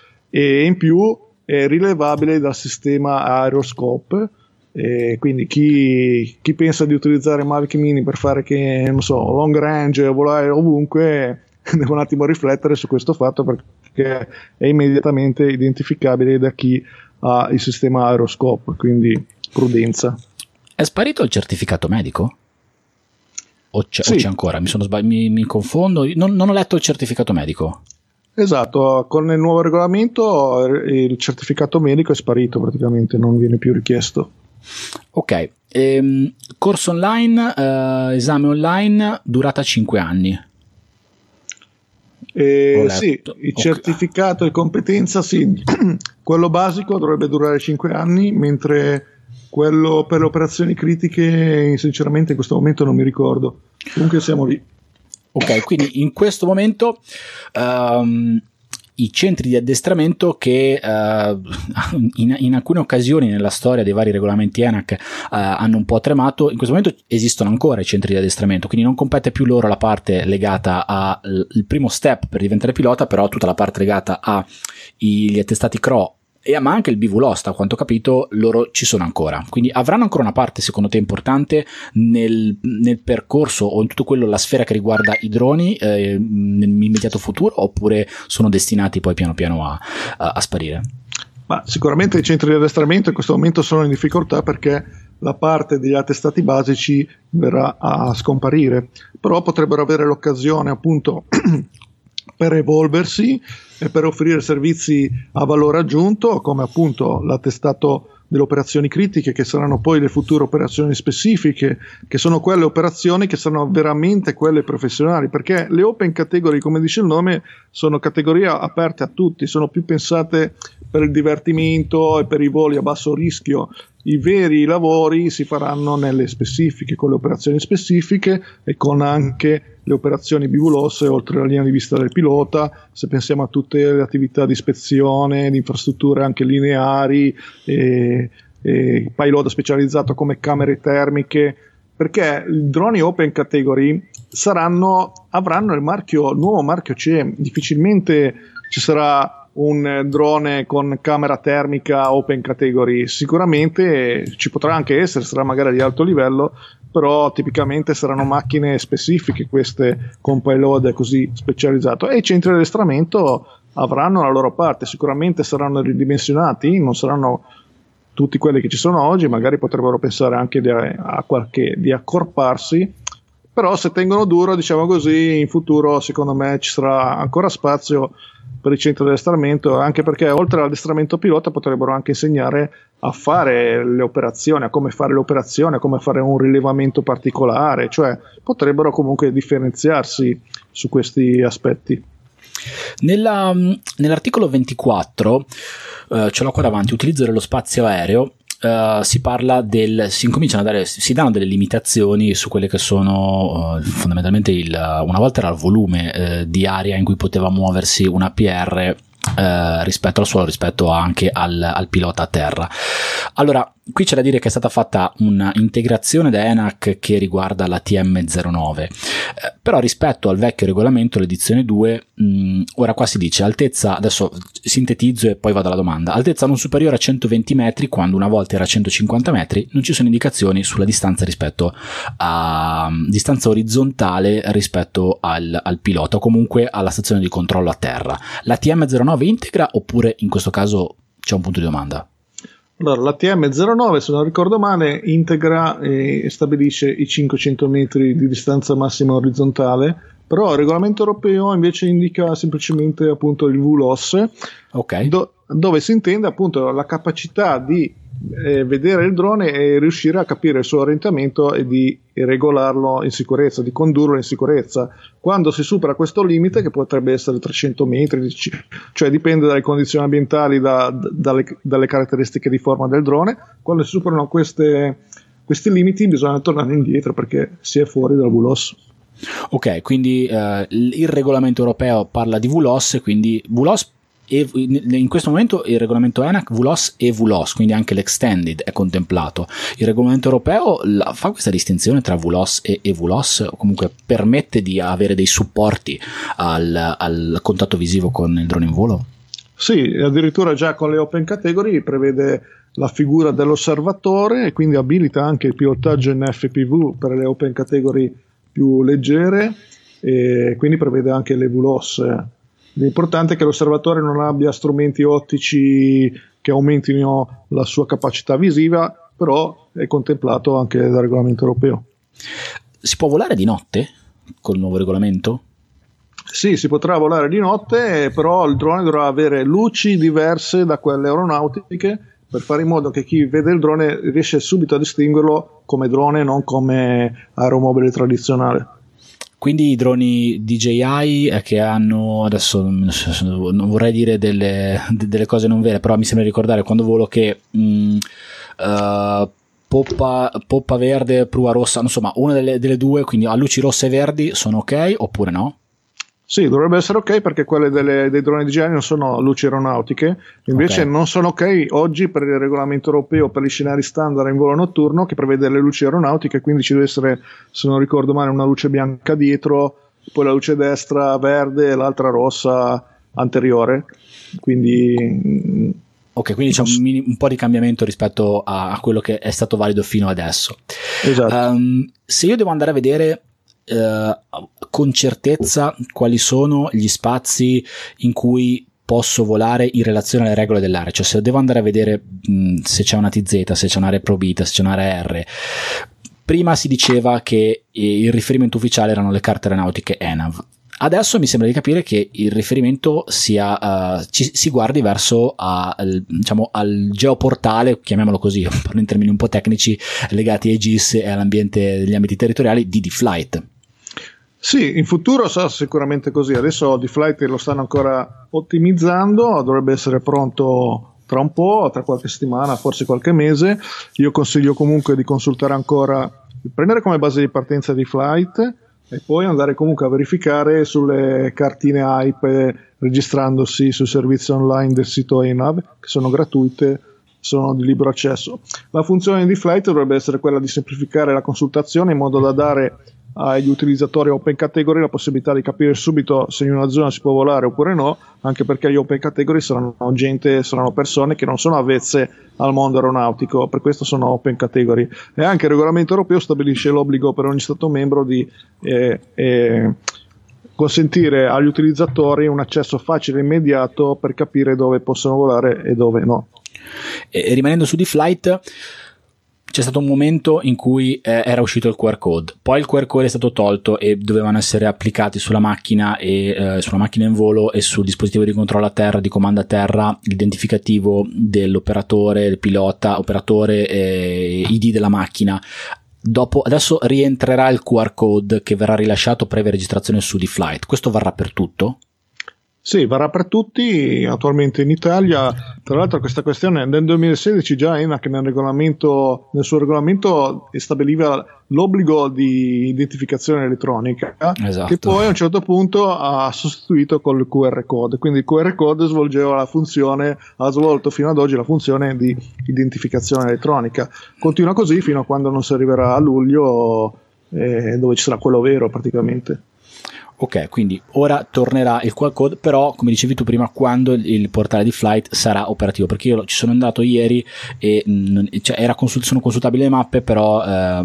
e in più è rilevabile dal sistema Aeroscope, quindi chi pensa di utilizzare Mavic Mini per fare long range, volare ovunque, deve un attimo riflettere su questo fatto, perché è immediatamente identificabile da chi ha il sistema Aeroscope, quindi prudenza. È sparito il certificato medico? O c'è ancora? Mi confondo. Non ho letto il certificato medico. Esatto, con il nuovo regolamento il certificato medico è sparito praticamente, non viene più richiesto. Ok, corso online, esame online, durata 5 anni. Sì, il certificato di competenza, sì, quello basico dovrebbe durare 5 anni, mentre quello per le operazioni critiche sinceramente in questo momento non mi ricordo. Comunque siamo lì. Ok, quindi in questo momento i centri di addestramento che in alcune occasioni nella storia dei vari regolamenti ENAC hanno un po' tremato, in questo momento esistono ancora i centri di addestramento, quindi non compete più loro la parte legata al primo step per diventare pilota, però tutta la parte legata agli attestati CRO ma anche il BVLOS, a quanto ho capito, loro ci sono ancora, quindi avranno ancora una parte secondo te importante nel percorso o in tutto quello, la sfera che riguarda i droni nell'immediato futuro, oppure sono destinati poi piano piano a sparire? Ma sicuramente i centri di addestramento in questo momento sono in difficoltà perché la parte degli attestati basici verrà a scomparire, però potrebbero avere l'occasione appunto per evolversi e per offrire servizi a valore aggiunto, come appunto l'attestato delle operazioni critiche, che saranno poi le future operazioni specifiche, che sono quelle operazioni che saranno veramente quelle professionali, perché le open category, come dice il nome, sono categorie aperte a tutti, sono più pensate per il divertimento e per i voli a basso rischio. I veri lavori si faranno nelle specifiche, con le operazioni specifiche e con anche le operazioni BVLOS oltre la linea di vista del pilota. Se pensiamo a tutte le attività di ispezione, di infrastrutture anche lineari, payload specializzato come camere termiche, perché i droni open category avranno il nuovo marchio CE. Difficilmente ci sarà un drone con camera termica open category, sicuramente ci potrà anche essere, sarà magari di alto livello, però tipicamente saranno macchine specifiche queste con payload così specializzato, e i centri di addestramento avranno la loro parte, sicuramente saranno ridimensionati, non saranno tutti quelli che ci sono oggi, magari potrebbero pensare anche di accorparsi, però se tengono duro, diciamo così, in futuro secondo me ci sarà ancora spazio per il centro di addestramento, anche perché oltre all'addestramento pilota potrebbero anche insegnare a fare le operazioni, a come fare le operazioni, a come fare un rilevamento particolare, cioè potrebbero comunque differenziarsi su questi aspetti. Nell'articolo 24, ce l'ho qua davanti, utilizzo dello spazio aereo. Si parla si danno delle limitazioni su quelle che sono fondamentalmente una volta era il volume di aria in cui poteva muoversi un APR rispetto al suolo, rispetto anche al pilota a terra. Allora, qui c'è da dire che è stata fatta una integrazione da ENAC che riguarda la TM09, però rispetto al vecchio regolamento, l'edizione 2, ora qua si dice altezza, adesso sintetizzo e poi vado alla domanda, altezza non superiore a 120 metri quando una volta era 150 metri, non ci sono indicazioni sulla distanza rispetto a distanza orizzontale rispetto al pilota o comunque alla stazione di controllo a terra. La TM09 integra oppure in questo caso c'è un punto di domanda? Allora, la TM09, se non ricordo male, integra e stabilisce i 500 metri di distanza massima orizzontale, però il regolamento europeo invece indica semplicemente appunto il VLOS, okay. Dove si intende appunto la capacità di vedere il drone e riuscire a capire il suo orientamento e di regolarlo in sicurezza, di condurlo in sicurezza. Quando si supera questo limite, che potrebbe essere 300 metri, cioè dipende dalle condizioni ambientali, dalle caratteristiche di forma del drone, quando si superano questi limiti bisogna tornare indietro perché si è fuori dal VLOS. Ok, quindi il regolamento europeo parla di VLOS, quindi VLOS, e in questo momento il regolamento ENAC VLOS e VLOS, quindi anche l'extended è contemplato. Il regolamento europeo fa questa distinzione tra VLOS e VLOS, o comunque permette di avere dei supporti al contatto visivo con il drone in volo? Sì, addirittura già con le open category prevede la figura dell'osservatore e quindi abilita anche il pilotaggio in FPV per le open category più leggere, e quindi prevede anche le VLOS. L'importante è che l'osservatore non abbia strumenti ottici che aumentino la sua capacità visiva, però è contemplato anche dal regolamento europeo. Si può volare di notte col nuovo regolamento? Sì, si potrà volare di notte, però il drone dovrà avere luci diverse da quelle aeronautiche per fare in modo che chi vede il drone riesce subito a distinguerlo come drone, non come aeromobile tradizionale. Quindi i droni DJI che hanno, adesso non vorrei dire delle cose non vere, però mi sembra ricordare quando volo che poppa verde, prua rossa, insomma una delle due, quindi a luci rosse e verdi sono ok oppure no? Sì, dovrebbe essere ok perché quelle dei droni DJI non sono luci aeronautiche, invece okay. Non sono ok oggi per il regolamento europeo per gli scenari standard in volo notturno che prevede le luci aeronautiche, quindi ci deve essere, se non ricordo male, una luce bianca dietro, poi la luce destra verde e l'altra rossa anteriore, quindi Ok, quindi c'è un po' di cambiamento rispetto a quello che è stato valido fino adesso. Esatto. Se io devo andare a vedere con certezza quali sono gli spazi in cui posso volare in relazione alle regole dell'area, cioè se devo andare a vedere se c'è una TZ, se c'è un'area Probita, se c'è un'area R. Prima si diceva che il riferimento ufficiale erano le carte aeronautiche ENAV. Adesso mi sembra di capire che il riferimento sia si guardi verso diciamo, al geoportale, chiamiamolo così, parlo in termini un po' tecnici legati ai GIS e all'ambiente degli ambiti territoriali di D-Flight. Sì, in futuro sarà sicuramente così. Adesso D-Flight lo stanno ancora ottimizzando, dovrebbe essere pronto tra un po', tra qualche settimana, forse qualche mese. Io consiglio comunque di consultare ancora, di prendere come base di partenza D-Flight e poi andare comunque a verificare sulle cartine AIP registrandosi sul servizio online del sito ENAV, che sono gratuite, sono di libero accesso. La funzione di D-Flight dovrebbe essere quella di semplificare la consultazione in modo da dare agli utilizzatori open category la possibilità di capire subito se in una zona si può volare oppure no, anche perché gli open category saranno persone che non sono avvezze al mondo aeronautico, per questo sono open category. E anche il regolamento europeo stabilisce l'obbligo per ogni stato membro di consentire agli utilizzatori un accesso facile e immediato per capire dove possono volare e dove no. E rimanendo su D-Flight, c'è stato un momento in cui era uscito il QR code, poi il QR code è stato tolto e dovevano essere applicati sulla macchina e sulla macchina in volo e sul dispositivo di controllo a terra, di comando a terra, l'identificativo dell'operatore, del pilota, operatore e ID della macchina. Adesso rientrerà il QR code che verrà rilasciato previa registrazione su D-Flight. Questo varrà per tutto? Sì, varrà per tutti, attualmente in Italia. Tra l'altro questa questione nel 2016 già ENAC nel suo regolamento stabiliva l'obbligo di identificazione elettronica, esatto, che poi a un certo punto ha sostituito col QR code, quindi il QR code ha svolto fino ad oggi la funzione di identificazione elettronica. Continua così fino a quando non si arriverà a luglio, dove ci sarà quello vero praticamente. Ok, quindi ora tornerà il QR code, però come dicevi tu prima, quando il portale D-Flight sarà operativo, perché io ci sono andato ieri e sono consultabili le mappe, però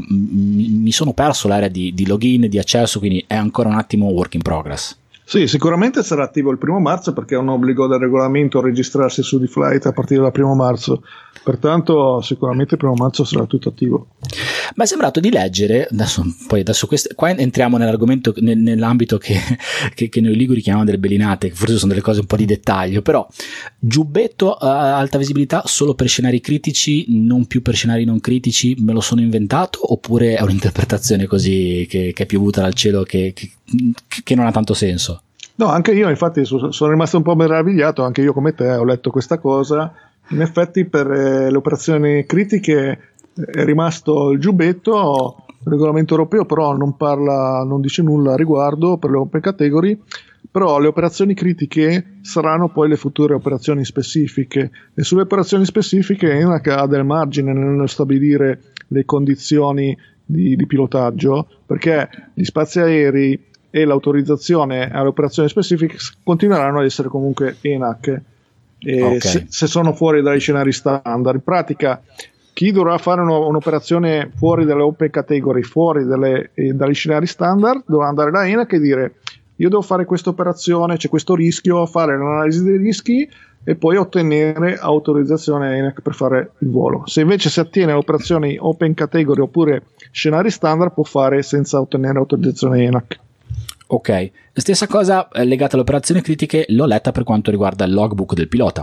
mi sono perso l'area di login, di accesso, quindi è ancora un attimo work in progress. Sì, sicuramente sarà attivo il 1 marzo perché è un obbligo del regolamento registrarsi su D-Flight a partire dal 1 marzo. Pertanto sicuramente il 1 marzo sarà tutto attivo. Ma è sembrato di leggere, adesso qua entriamo nell'argomento, nell'ambito che noi liguri chiamiamo delle belinate, che forse sono delle cose un po' di dettaglio, però giubbetto a alta visibilità solo per scenari critici, non più per scenari non critici, me lo sono inventato oppure è un'interpretazione così che è piovuta dal cielo che non ha tanto senso? No, anche io infatti sono rimasto un po' meravigliato, anche io come te ho letto questa cosa. In effetti per le operazioni critiche è rimasto il giubbetto, il regolamento europeo però non dice nulla a riguardo per le open category, però le operazioni critiche saranno poi le future operazioni specifiche e sulle operazioni specifiche ENAC ha del margine nel stabilire le condizioni di pilotaggio, perché gli spazi aerei e l'autorizzazione alle operazioni specifiche continueranno ad essere comunque ENAC. Okay. Se sono fuori dai scenari standard, in pratica chi dovrà fare un'operazione fuori dalle open category, fuori dagli scenari standard, dovrà andare da ENAC e dire: io devo fare questa operazione, c'è questo rischio, fare l'analisi dei rischi e poi ottenere autorizzazione ENAC per fare il volo. Se invece si attiene a operazioni open category oppure scenari standard, può fare senza ottenere autorizzazione ENAC. Ok, stessa cosa legata alle operazioni critiche l'ho letta per quanto riguarda il logbook del pilota.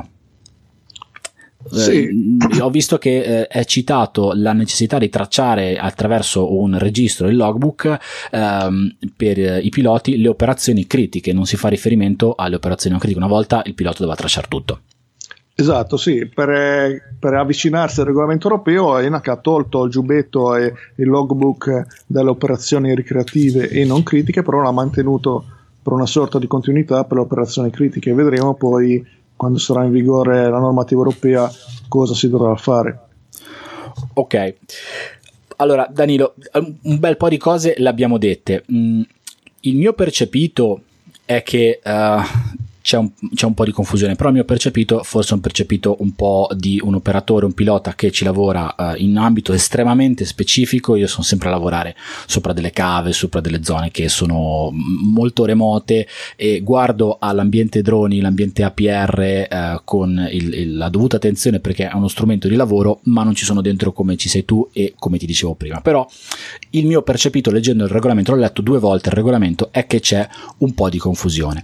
Sì. Ho visto che è citato la necessità di tracciare attraverso un registro il logbook per i piloti le operazioni critiche, non si fa riferimento alle operazioni non critiche, una volta il pilota doveva tracciare tutto. Esatto, sì, per avvicinarsi al regolamento europeo ENAC ha tolto il giubbetto e il logbook dalle operazioni ricreative e non critiche, però l'ha mantenuto per una sorta di continuità per le operazioni critiche. Vedremo poi quando sarà in vigore la normativa europea cosa si dovrà fare. Ok, allora Danilo, un bel po' di cose le abbiamo dette. Il mio percepito è che c'è un po' di confusione, però il mio percepito forse è un percepito un po' di un operatore, un pilota che ci lavora in ambito estremamente specifico. Io sono sempre a lavorare sopra delle cave, sopra delle zone che sono molto remote, e guardo all'ambiente droni, l'ambiente APR con la dovuta attenzione, perché è uno strumento di lavoro, ma non ci sono dentro come ci sei tu e come ti dicevo prima. Però il mio percepito leggendo il regolamento, l'ho letto 2 volte il regolamento, è che c'è un po' di confusione.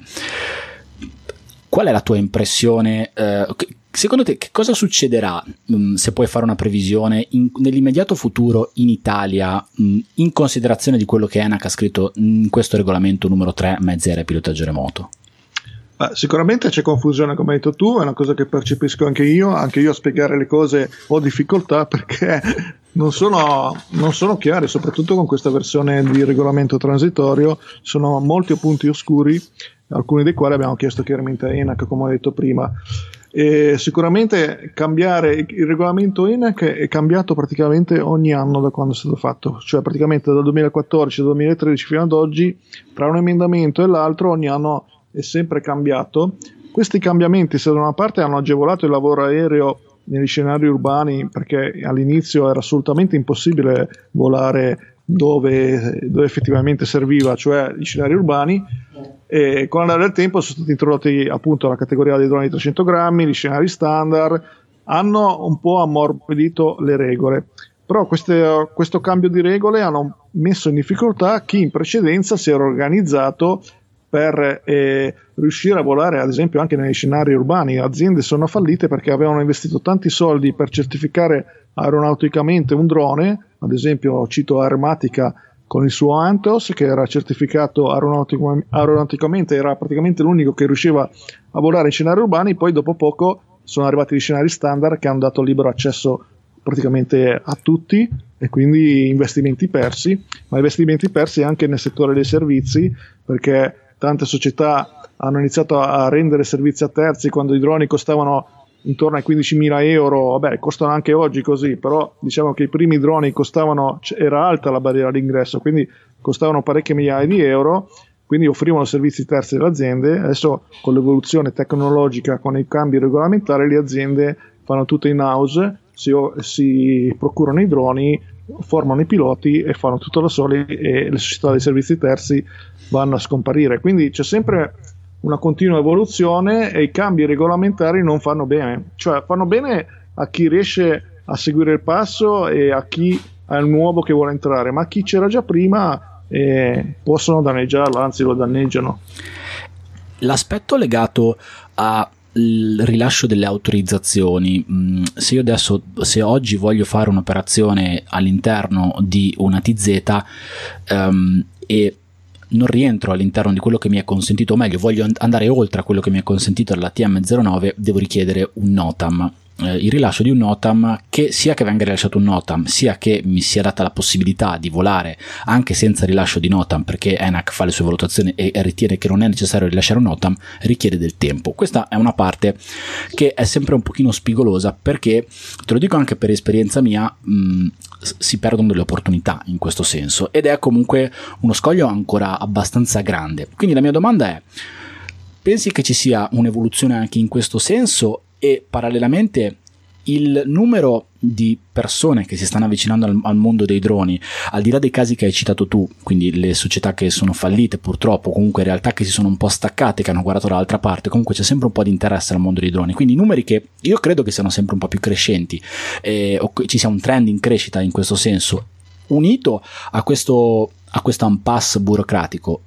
Qual è la tua impressione? Secondo te che cosa succederà, se puoi fare una previsione, nell'immediato futuro in Italia, in considerazione di quello che ENAC ha scritto in questo regolamento numero 3, mezzi aerei a pilotaggio remoto? Sicuramente c'è confusione, come hai detto tu, è una cosa che percepisco anche io a spiegare le cose ho difficoltà, perché non sono chiare, soprattutto con questa versione di regolamento transitorio. Sono molti punti oscuri, alcuni dei quali abbiamo chiesto chiaramente a ENAC, come ho detto prima. E sicuramente cambiare il regolamento ENAC è cambiato praticamente ogni anno da quando è stato fatto, cioè praticamente dal 2014 al 2013 fino ad oggi, tra un emendamento e l'altro ogni anno è sempre cambiato. Questi cambiamenti, se da una parte hanno agevolato il lavoro aereo negli scenari urbani, perché all'inizio era assolutamente impossibile volare dove effettivamente serviva, cioè gli scenari urbani, e con l'andare del tempo sono stati introdotti appunto la categoria dei droni di 300 grammi, gli scenari standard, hanno un po' ammorbidito le regole. Però questo cambio di regole hanno messo in difficoltà chi in precedenza si era organizzato per riuscire a volare, ad esempio anche negli scenari urbani. Aziende sono fallite perché avevano investito tanti soldi per certificare aeronauticamente un drone. Ad esempio cito Aermatica con il suo Antos, che era certificato aeronauticamente, era praticamente l'unico che riusciva a volare in scenari urbani. Poi dopo poco sono arrivati gli scenari standard che hanno dato libero accesso praticamente a tutti, e quindi investimenti persi anche nel settore dei servizi, perché tante società hanno iniziato a rendere servizi a terzi quando i droni costavano intorno ai 15.000 euro. Vabbè, costano anche oggi così, però diciamo che i primi droni era alta la barriera d'ingresso, quindi costavano parecchie migliaia di euro, quindi offrivano servizi terzi alle aziende. Adesso con l'evoluzione tecnologica, con i cambi regolamentari, le aziende fanno tutto in house, si procurano i droni, formano i piloti e fanno tutto da soli, e le società dei servizi terzi vanno a scomparire. Quindi c'è sempre una continua evoluzione e i cambi regolamentari non fanno bene, cioè fanno bene a chi riesce a seguire il passo e a chi è il nuovo che vuole entrare, ma chi c'era già prima possono danneggiarlo, anzi lo danneggiano. L'aspetto legato a il rilascio delle autorizzazioni, se oggi voglio fare un'operazione all'interno di una TZ e non rientro all'interno di quello che mi è consentito, o meglio voglio andare oltre a quello che mi è consentito dalla TM09, devo richiedere un NOTAM, il rilascio di un NOTAM, che sia che venga rilasciato un NOTAM, sia che mi sia data la possibilità di volare anche senza rilascio di NOTAM, perché ENAC fa le sue valutazioni e ritiene che non è necessario rilasciare un NOTAM, richiede del tempo. Questa è una parte che è sempre un pochino spigolosa, perché te lo dico anche per esperienza mia, si perdono delle opportunità in questo senso, ed è comunque uno scoglio ancora abbastanza grande. Quindi la mia domanda è: pensi che ci sia un'evoluzione anche in questo senso, e parallelamente il numero di persone che si stanno avvicinando al mondo dei droni, al di là dei casi che hai citato tu, quindi le società che sono fallite purtroppo, comunque realtà che si sono un po' staccate, che hanno guardato dall'altra parte, comunque c'è sempre un po' di interesse al mondo dei droni, quindi numeri che io credo che siano sempre un po' più crescenti, o ci sia un trend in crescita in questo senso, unito a questo impasse burocratico.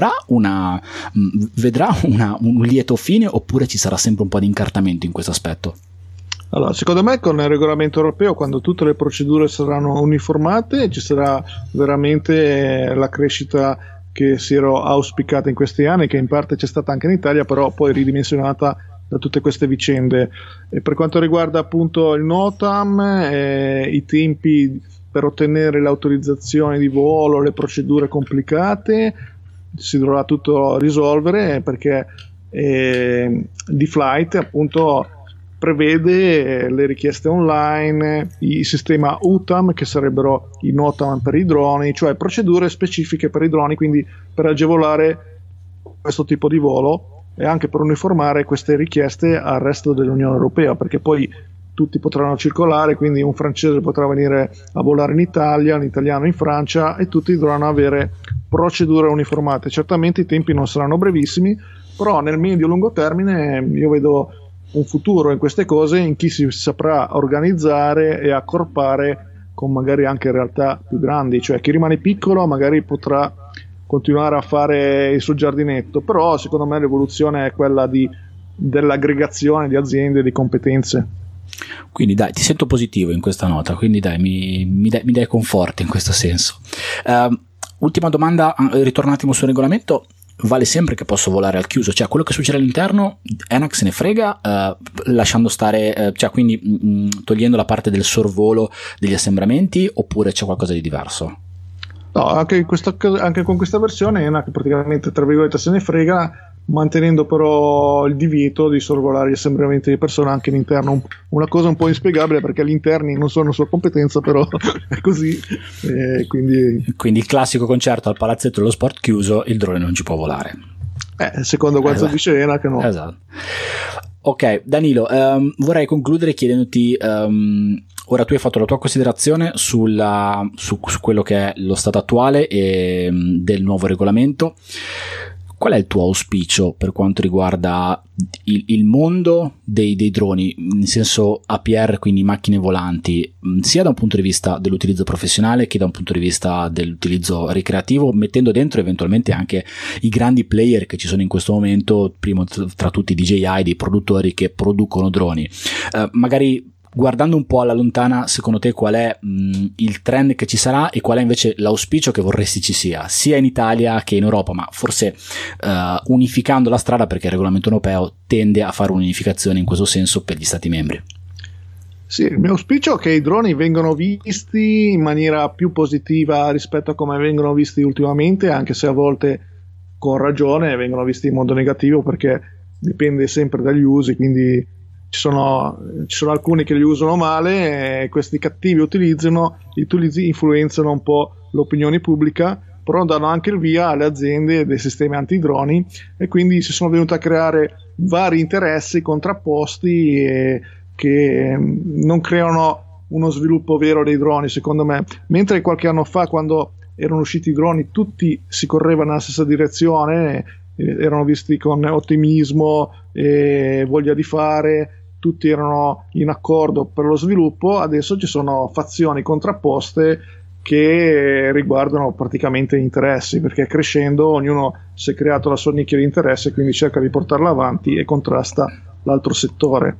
Vedrà un lieto fine, oppure ci sarà sempre un po' di incartamento in questo aspetto? Allora, secondo me con il regolamento europeo, quando tutte le procedure saranno uniformate, ci sarà veramente la crescita che si era auspicata in questi anni, che in parte c'è stata anche in Italia, però poi ridimensionata da tutte queste vicende. E per quanto riguarda appunto il NOTAM, i tempi per ottenere l'autorizzazione di volo, le procedure complicate, si dovrà tutto risolvere, perché D-Flight appunto prevede le richieste online, il sistema UTAM, che sarebbero i NOTAM per i droni, cioè procedure specifiche per i droni, quindi per agevolare questo tipo di volo. e anche per uniformare queste richieste al resto dell'Unione Europea, perché poi tutti potranno circolare, quindi un francese potrà venire a volare in Italia, un italiano in Francia, e tutti dovranno avere procedure uniformate. Certamente i tempi non saranno brevissimi, però nel medio-lungo termine io vedo un futuro in queste cose, in chi si saprà organizzare e accorpare con magari anche realtà più grandi, cioè chi rimane piccolo magari potrà continuare a fare il suo giardinetto, però secondo me l'evoluzione è quella dell'aggregazione di aziende, di competenze. Quindi dai, ti sento positivo in questa nota, quindi dai, mi dai conforto in questo senso. Ultima domanda, ritorno un attimo sul regolamento. Vale sempre che posso volare al chiuso, cioè quello che succede all'interno ENAC se ne frega, lasciando stare, cioè quindi togliendo la parte del sorvolo degli assembramenti, oppure c'è qualcosa di diverso? No, anche con questa versione ENAC praticamente, tra virgolette, se ne frega, mantenendo però il divieto di sorvolare gli assembramenti di persone anche all'interno. Una cosa un po' inspiegabile, perché gli interni non sono sua competenza, però è così. Quindi il classico concerto al palazzetto dello sport chiuso, il drone non ci può volare. Secondo quanto dice ENAC, no. Esatto. Ok, Danilo, vorrei concludere chiedendoti, ora tu hai fatto la tua considerazione su quello che è lo stato attuale e del nuovo regolamento. Qual è il tuo auspicio per quanto riguarda il mondo dei droni, in senso APR, quindi macchine volanti, sia da un punto di vista dell'utilizzo professionale che da un punto di vista dell'utilizzo ricreativo, mettendo dentro eventualmente anche i grandi player che ci sono in questo momento, primo tra tutti i DJI, dei produttori che producono droni, magari guardando un po' alla lontana, secondo te qual è il trend che ci sarà e qual è invece l'auspicio che vorresti ci sia in Italia che in Europa, ma forse unificando la strada, perché il regolamento europeo tende a fare un'unificazione in questo senso per gli stati membri? Sì, il mio auspicio è che i droni vengano visti in maniera più positiva rispetto a come vengono visti ultimamente, anche se a volte con ragione vengono visti in modo negativo, perché dipende sempre dagli usi, quindi ci sono alcuni che li usano male e questi cattivi utilizzi influenzano un po' l'opinione pubblica, però danno anche il via alle aziende dei sistemi antidroni, e quindi si sono venuti a creare vari interessi contrapposti che non creano uno sviluppo vero dei droni, secondo me. Mentre qualche anno fa, quando erano usciti i droni, tutti si correvano nella stessa direzione, erano visti con ottimismo e voglia di fare, tutti erano in accordo per lo sviluppo. Adesso ci sono fazioni contrapposte che riguardano praticamente interessi, perché crescendo ognuno si è creato la sua nicchia di interesse, quindi cerca di portarla avanti e contrasta l'altro settore.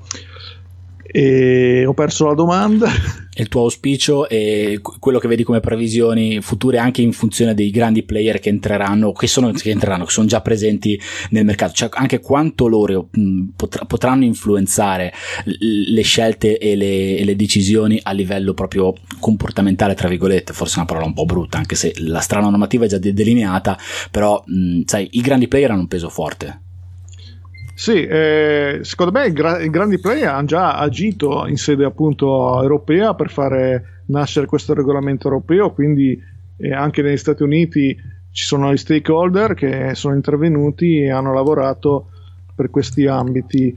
E ho perso la domanda. Il tuo auspicio e quello che vedi come previsioni future anche in funzione dei grandi player che sono già presenti nel mercato, cioè anche quanto loro potranno influenzare le scelte e le decisioni a livello proprio comportamentale, tra virgolette, forse è una parola un po' brutta, anche se la strana normativa è già delineata, però sai, i grandi player hanno un peso forte. Sì, secondo me i grandi player hanno già agito in sede appunto europea per fare nascere questo regolamento europeo, quindi anche negli Stati Uniti ci sono gli stakeholder che sono intervenuti e hanno lavorato per questi ambiti.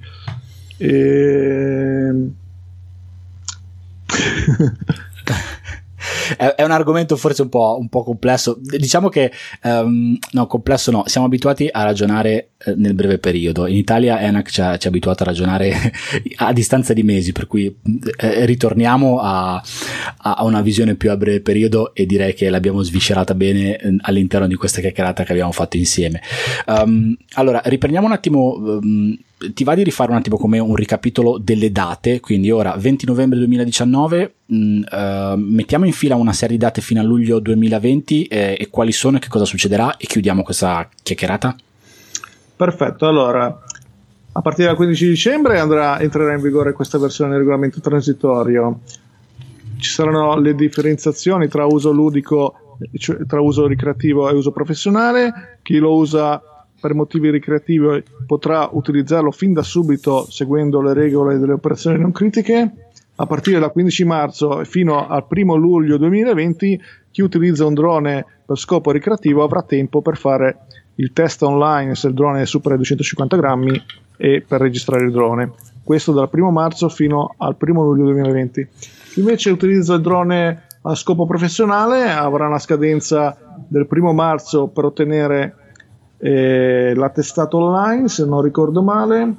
È un argomento forse un po' complesso, diciamo che no, complesso no, siamo abituati a ragionare nel breve periodo. In Italia ENAC ci ha abituato a ragionare a distanza di mesi, per cui ritorniamo a una visione più a breve periodo, e direi che l'abbiamo sviscerata bene all'interno di questa chiacchierata che abbiamo fatto insieme. Allora riprendiamo un attimo, ti va di rifare un attimo come un ricapitolo delle date? Quindi ora 20 novembre 2019, mettiamo in fila una serie di date fino a luglio 2020 e quali sono e che cosa succederà, e chiudiamo questa chiacchierata. Perfetto, allora a partire dal 15 dicembre entrerà in vigore questa versione del regolamento transitorio. Ci saranno le differenziazioni tra uso ludico, cioè tra uso ricreativo e uso professionale. Chi lo usa per motivi ricreativi potrà utilizzarlo fin da subito seguendo le regole delle operazioni non critiche. A partire dal 15 marzo fino al 1 luglio 2020 chi utilizza un drone per scopo ricreativo avrà tempo per fare il test online se il drone supera i 250 grammi e per registrare il drone. Questo dal 1 marzo fino al 1 luglio 2020. Chi invece utilizza il drone a scopo professionale avrà una scadenza del 1 marzo per ottenere l'attestato online, se non ricordo male.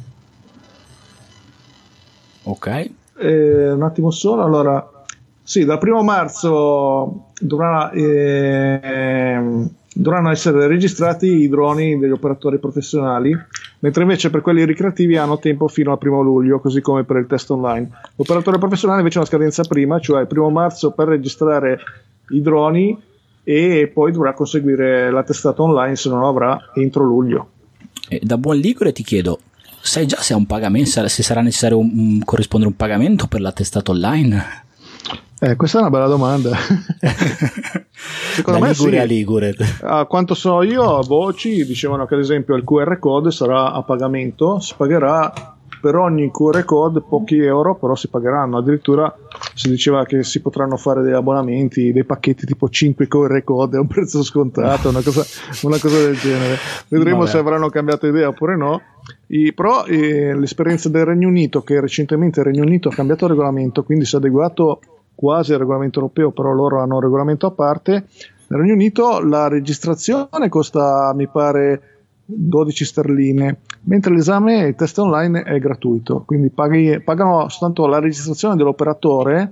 Ok. Un attimo solo. Allora, sì, dal 1 marzo dovranno essere registrati i droni degli operatori professionali, mentre invece per quelli ricreativi hanno tempo fino al 1 luglio, così come per il test online. L'operatore professionale invece ha una scadenza prima, cioè il 1 marzo per registrare i droni, e poi dovrà conseguire l'attestato online, se non lo avrà, entro luglio. Da buon ligure ti chiedo, sai già se è un pagamento, se sarà necessario corrispondere un pagamento per l'attestato online? Questa è una bella domanda. Secondo me Ligure sì. a Ligure. A quanto so io, a voci dicevano che ad esempio il QR code sarà a pagamento, si pagherà per ogni QR code pochi euro, però si pagheranno. Addirittura si diceva che si potranno fare degli abbonamenti, dei pacchetti tipo 5 QR code a un prezzo scontato, una cosa del genere. Vedremo Vabbè. se avranno cambiato idea oppure no. Però l'esperienza del Regno Unito, che recentemente il Regno Unito ha cambiato il regolamento, quindi si è adeguato quasi al regolamento europeo, però loro hanno un regolamento a parte. Nel Regno Unito la registrazione costa, mi pare, 12 sterline, mentre l'esame, il test online, è gratuito, quindi pagano soltanto la registrazione dell'operatore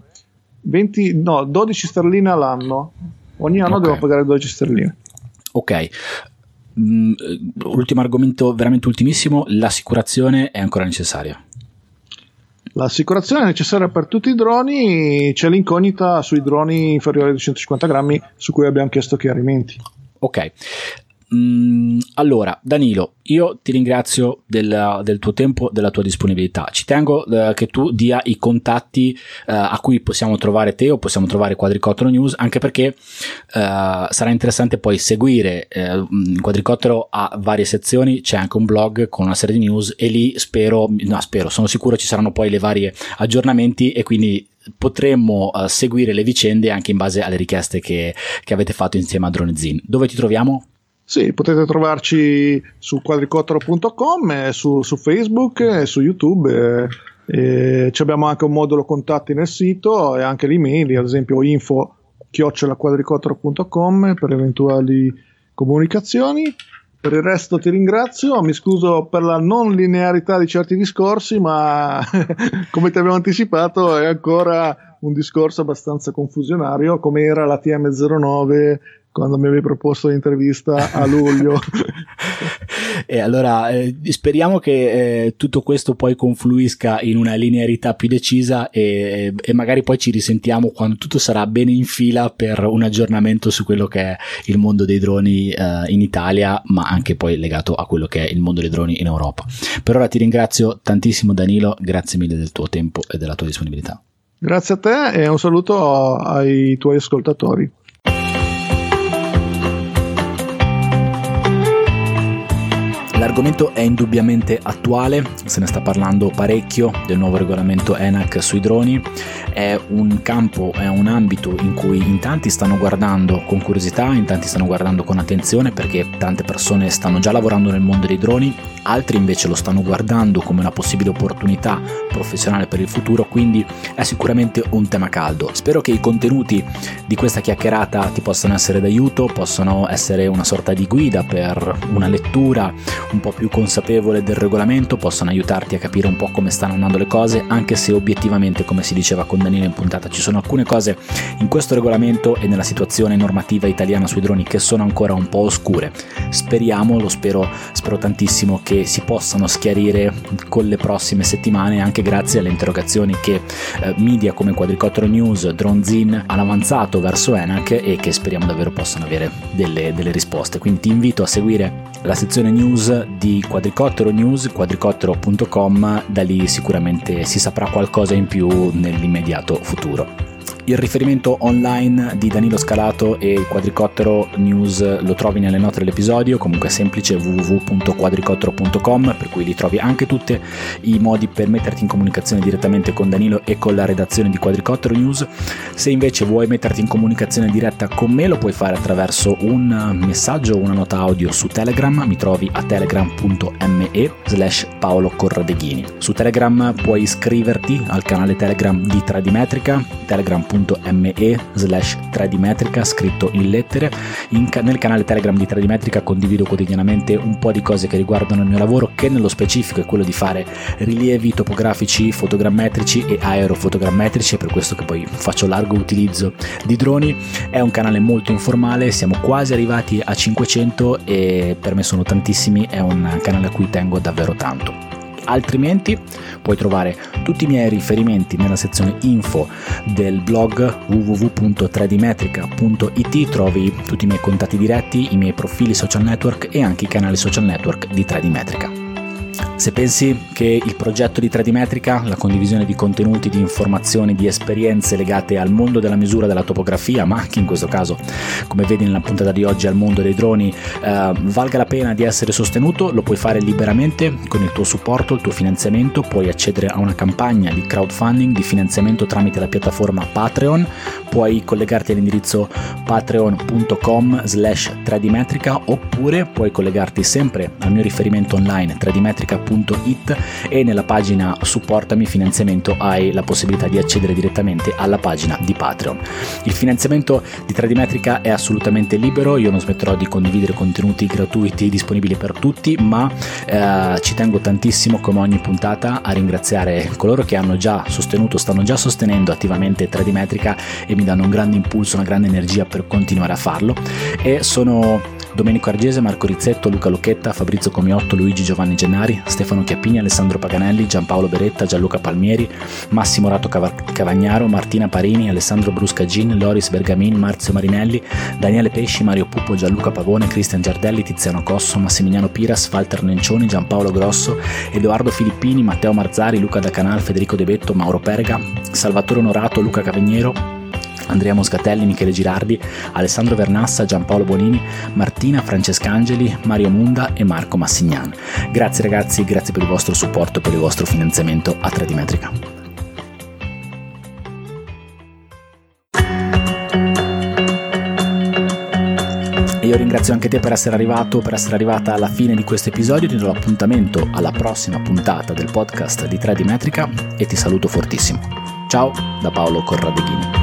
12 sterline all'anno, ogni anno devono pagare 12 sterline. Ok. Ultimo argomento, veramente ultimissimo, l'assicurazione è ancora necessaria? L'assicurazione è necessaria per tutti i droni, c'è l'incognita sui droni inferiori ai 250 grammi su cui abbiamo chiesto chiarimenti. Ok. Allora, Danilo, io ti ringrazio del tuo tempo, della tua disponibilità. Ci tengo che tu dia i contatti a cui possiamo trovare te o possiamo trovare Quadricottero News, anche perché sarà interessante poi seguire. Quadricottero ha varie sezioni, c'è anche un blog con una serie di news, e lì sono sicuro ci saranno poi le varie aggiornamenti, e quindi potremmo seguire le vicende anche in base alle richieste che avete fatto insieme a DroneZine. Dove ti troviamo? Sì, potete trovarci su quadricottero.com, su Facebook, su YouTube. Abbiamo anche un modulo contatti nel sito e anche l'email, ad esempio info@quadricottero.com per eventuali comunicazioni. Per il resto ti ringrazio, mi scuso per la non linearità di certi discorsi, ma come ti abbiamo anticipato è ancora un discorso abbastanza confusionario, come era la TM09 quando mi avevi proposto l'intervista a luglio. E allora speriamo che tutto questo poi confluisca in una linearità più decisa, e magari poi ci risentiamo quando tutto sarà bene in fila per un aggiornamento su quello che è il mondo dei droni in Italia, ma anche poi legato a quello che è il mondo dei droni in Europa. Per ora ti ringrazio tantissimo, Danilo, grazie mille del tuo tempo e della tua disponibilità. Grazie a te e un saluto ai tuoi ascoltatori. L'argomento è indubbiamente attuale, se ne sta parlando parecchio del nuovo regolamento ENAC sui droni. È un campo, è un ambito in cui in tanti stanno guardando con curiosità, in tanti stanno guardando con attenzione, perché tante persone stanno già lavorando nel mondo dei droni, altri invece lo stanno guardando come una possibile opportunità professionale per il futuro, quindi è sicuramente un tema caldo. Spero che i contenuti di questa chiacchierata ti possano essere d'aiuto, possano essere una sorta di guida per una lettura un po' più consapevole del regolamento, possano aiutarti a capire un po' come stanno andando le cose, anche se obiettivamente, come si diceva con Danilo in puntata, ci sono alcune cose in questo regolamento e nella situazione normativa italiana sui droni che sono ancora un po' oscure. Spero tantissimo che si possano schiarire con le prossime settimane, anche grazie alle interrogazioni che media come Quadricottero News, DroneZine hanno avanzato verso ENAC, e che speriamo davvero possano avere delle risposte. Quindi ti invito a seguire la sezione news di Quadricottero News, quadricottero.com, da lì sicuramente si saprà qualcosa in più nell'immediato futuro. Il riferimento online di Danilo Scalato e il Quadricottero News lo trovi nelle note dell'episodio, comunque è semplice, www.quadricottero.com, per cui li trovi anche tutti i modi per metterti in comunicazione direttamente con Danilo e con la redazione di Quadricottero News. Se invece vuoi metterti in comunicazione diretta con me, lo puoi fare attraverso un messaggio o una nota audio su Telegram. Mi trovi a telegram.me/Paolo Corradeghini. Su Telegram puoi iscriverti al canale Telegram di Tradimetrica, telegram.me/Tradimetrica scritto in lettere. Nel canale Telegram di Tradimetrica condivido quotidianamente un po' di cose che riguardano il mio lavoro, che nello specifico è quello di fare rilievi topografici, fotogrammetrici e aerofotogrammetrici, è per questo che poi faccio largo utilizzo di droni. È un canale molto informale, siamo quasi arrivati a 500 e per me sono tantissimi, è un canale a cui tengo davvero tanto. Altrimenti puoi trovare tutti i miei riferimenti nella sezione info del blog www.tradimetrica.it, trovi tutti i miei contatti diretti, i miei profili social network e anche i canali social network di Tradimetrica. Se pensi che il progetto di Tradimetrica, la condivisione di contenuti, di informazioni, di esperienze legate al mondo della misura, della topografia, ma anche in questo caso, come vedi nella puntata di oggi, al mondo dei droni, valga la pena di essere sostenuto, lo puoi fare liberamente con il tuo supporto, il tuo finanziamento. Puoi accedere a una campagna di crowdfunding, di finanziamento tramite la piattaforma Patreon. Puoi collegarti all'indirizzo patreon.com/Tradimetrica, oppure puoi collegarti sempre al mio riferimento online tradimetrica.it, e nella pagina supportami finanziamento hai la possibilità di accedere direttamente alla pagina di Patreon. Il finanziamento di Tradimetrica è assolutamente libero, io non smetterò di condividere contenuti gratuiti disponibili per tutti, ma ci tengo tantissimo, come ogni puntata, a ringraziare coloro che hanno già sostenuto, stanno già sostenendo attivamente Tradimetrica e mi danno un grande impulso, una grande energia per continuare a farlo. E sono Domenico Argese, Marco Rizzetto, Luca Lucchetta, Fabrizio Comiotto, Luigi Giovanni Gennari, Stefano Chiappini, Alessandro Paganelli, Giampaolo Beretta, Gianluca Palmieri, Massimo Rato Cavagnaro, Martina Parini, Alessandro Bruscagin, Loris Bergamin, Marzio Marinelli, Daniele Pesci, Mario Pupo, Gianluca Pavone, Cristian Giardelli, Tiziano Cosso, Massimiliano Piras, Walter Nencioni, Giampaolo Grosso, Edoardo Filippini, Matteo Marzari, Luca Da Canal, Federico De Betto, Mauro Perga, Salvatore Onorato, Luca Cavagnero, Andrea Moscatelli, Michele Girardi, Alessandro Vernassa, Giampaolo Bonini, Martina Francescangeli, Mario Munda e Marco Massignan. Grazie ragazzi, grazie per il vostro supporto e per il vostro finanziamento a Tradimetrica. E io ringrazio anche te per essere arrivata alla fine di questo episodio. Ti do l'appuntamento alla prossima puntata del podcast di Tradimetrica e ti saluto fortissimo. Ciao da Paolo Corradeghini.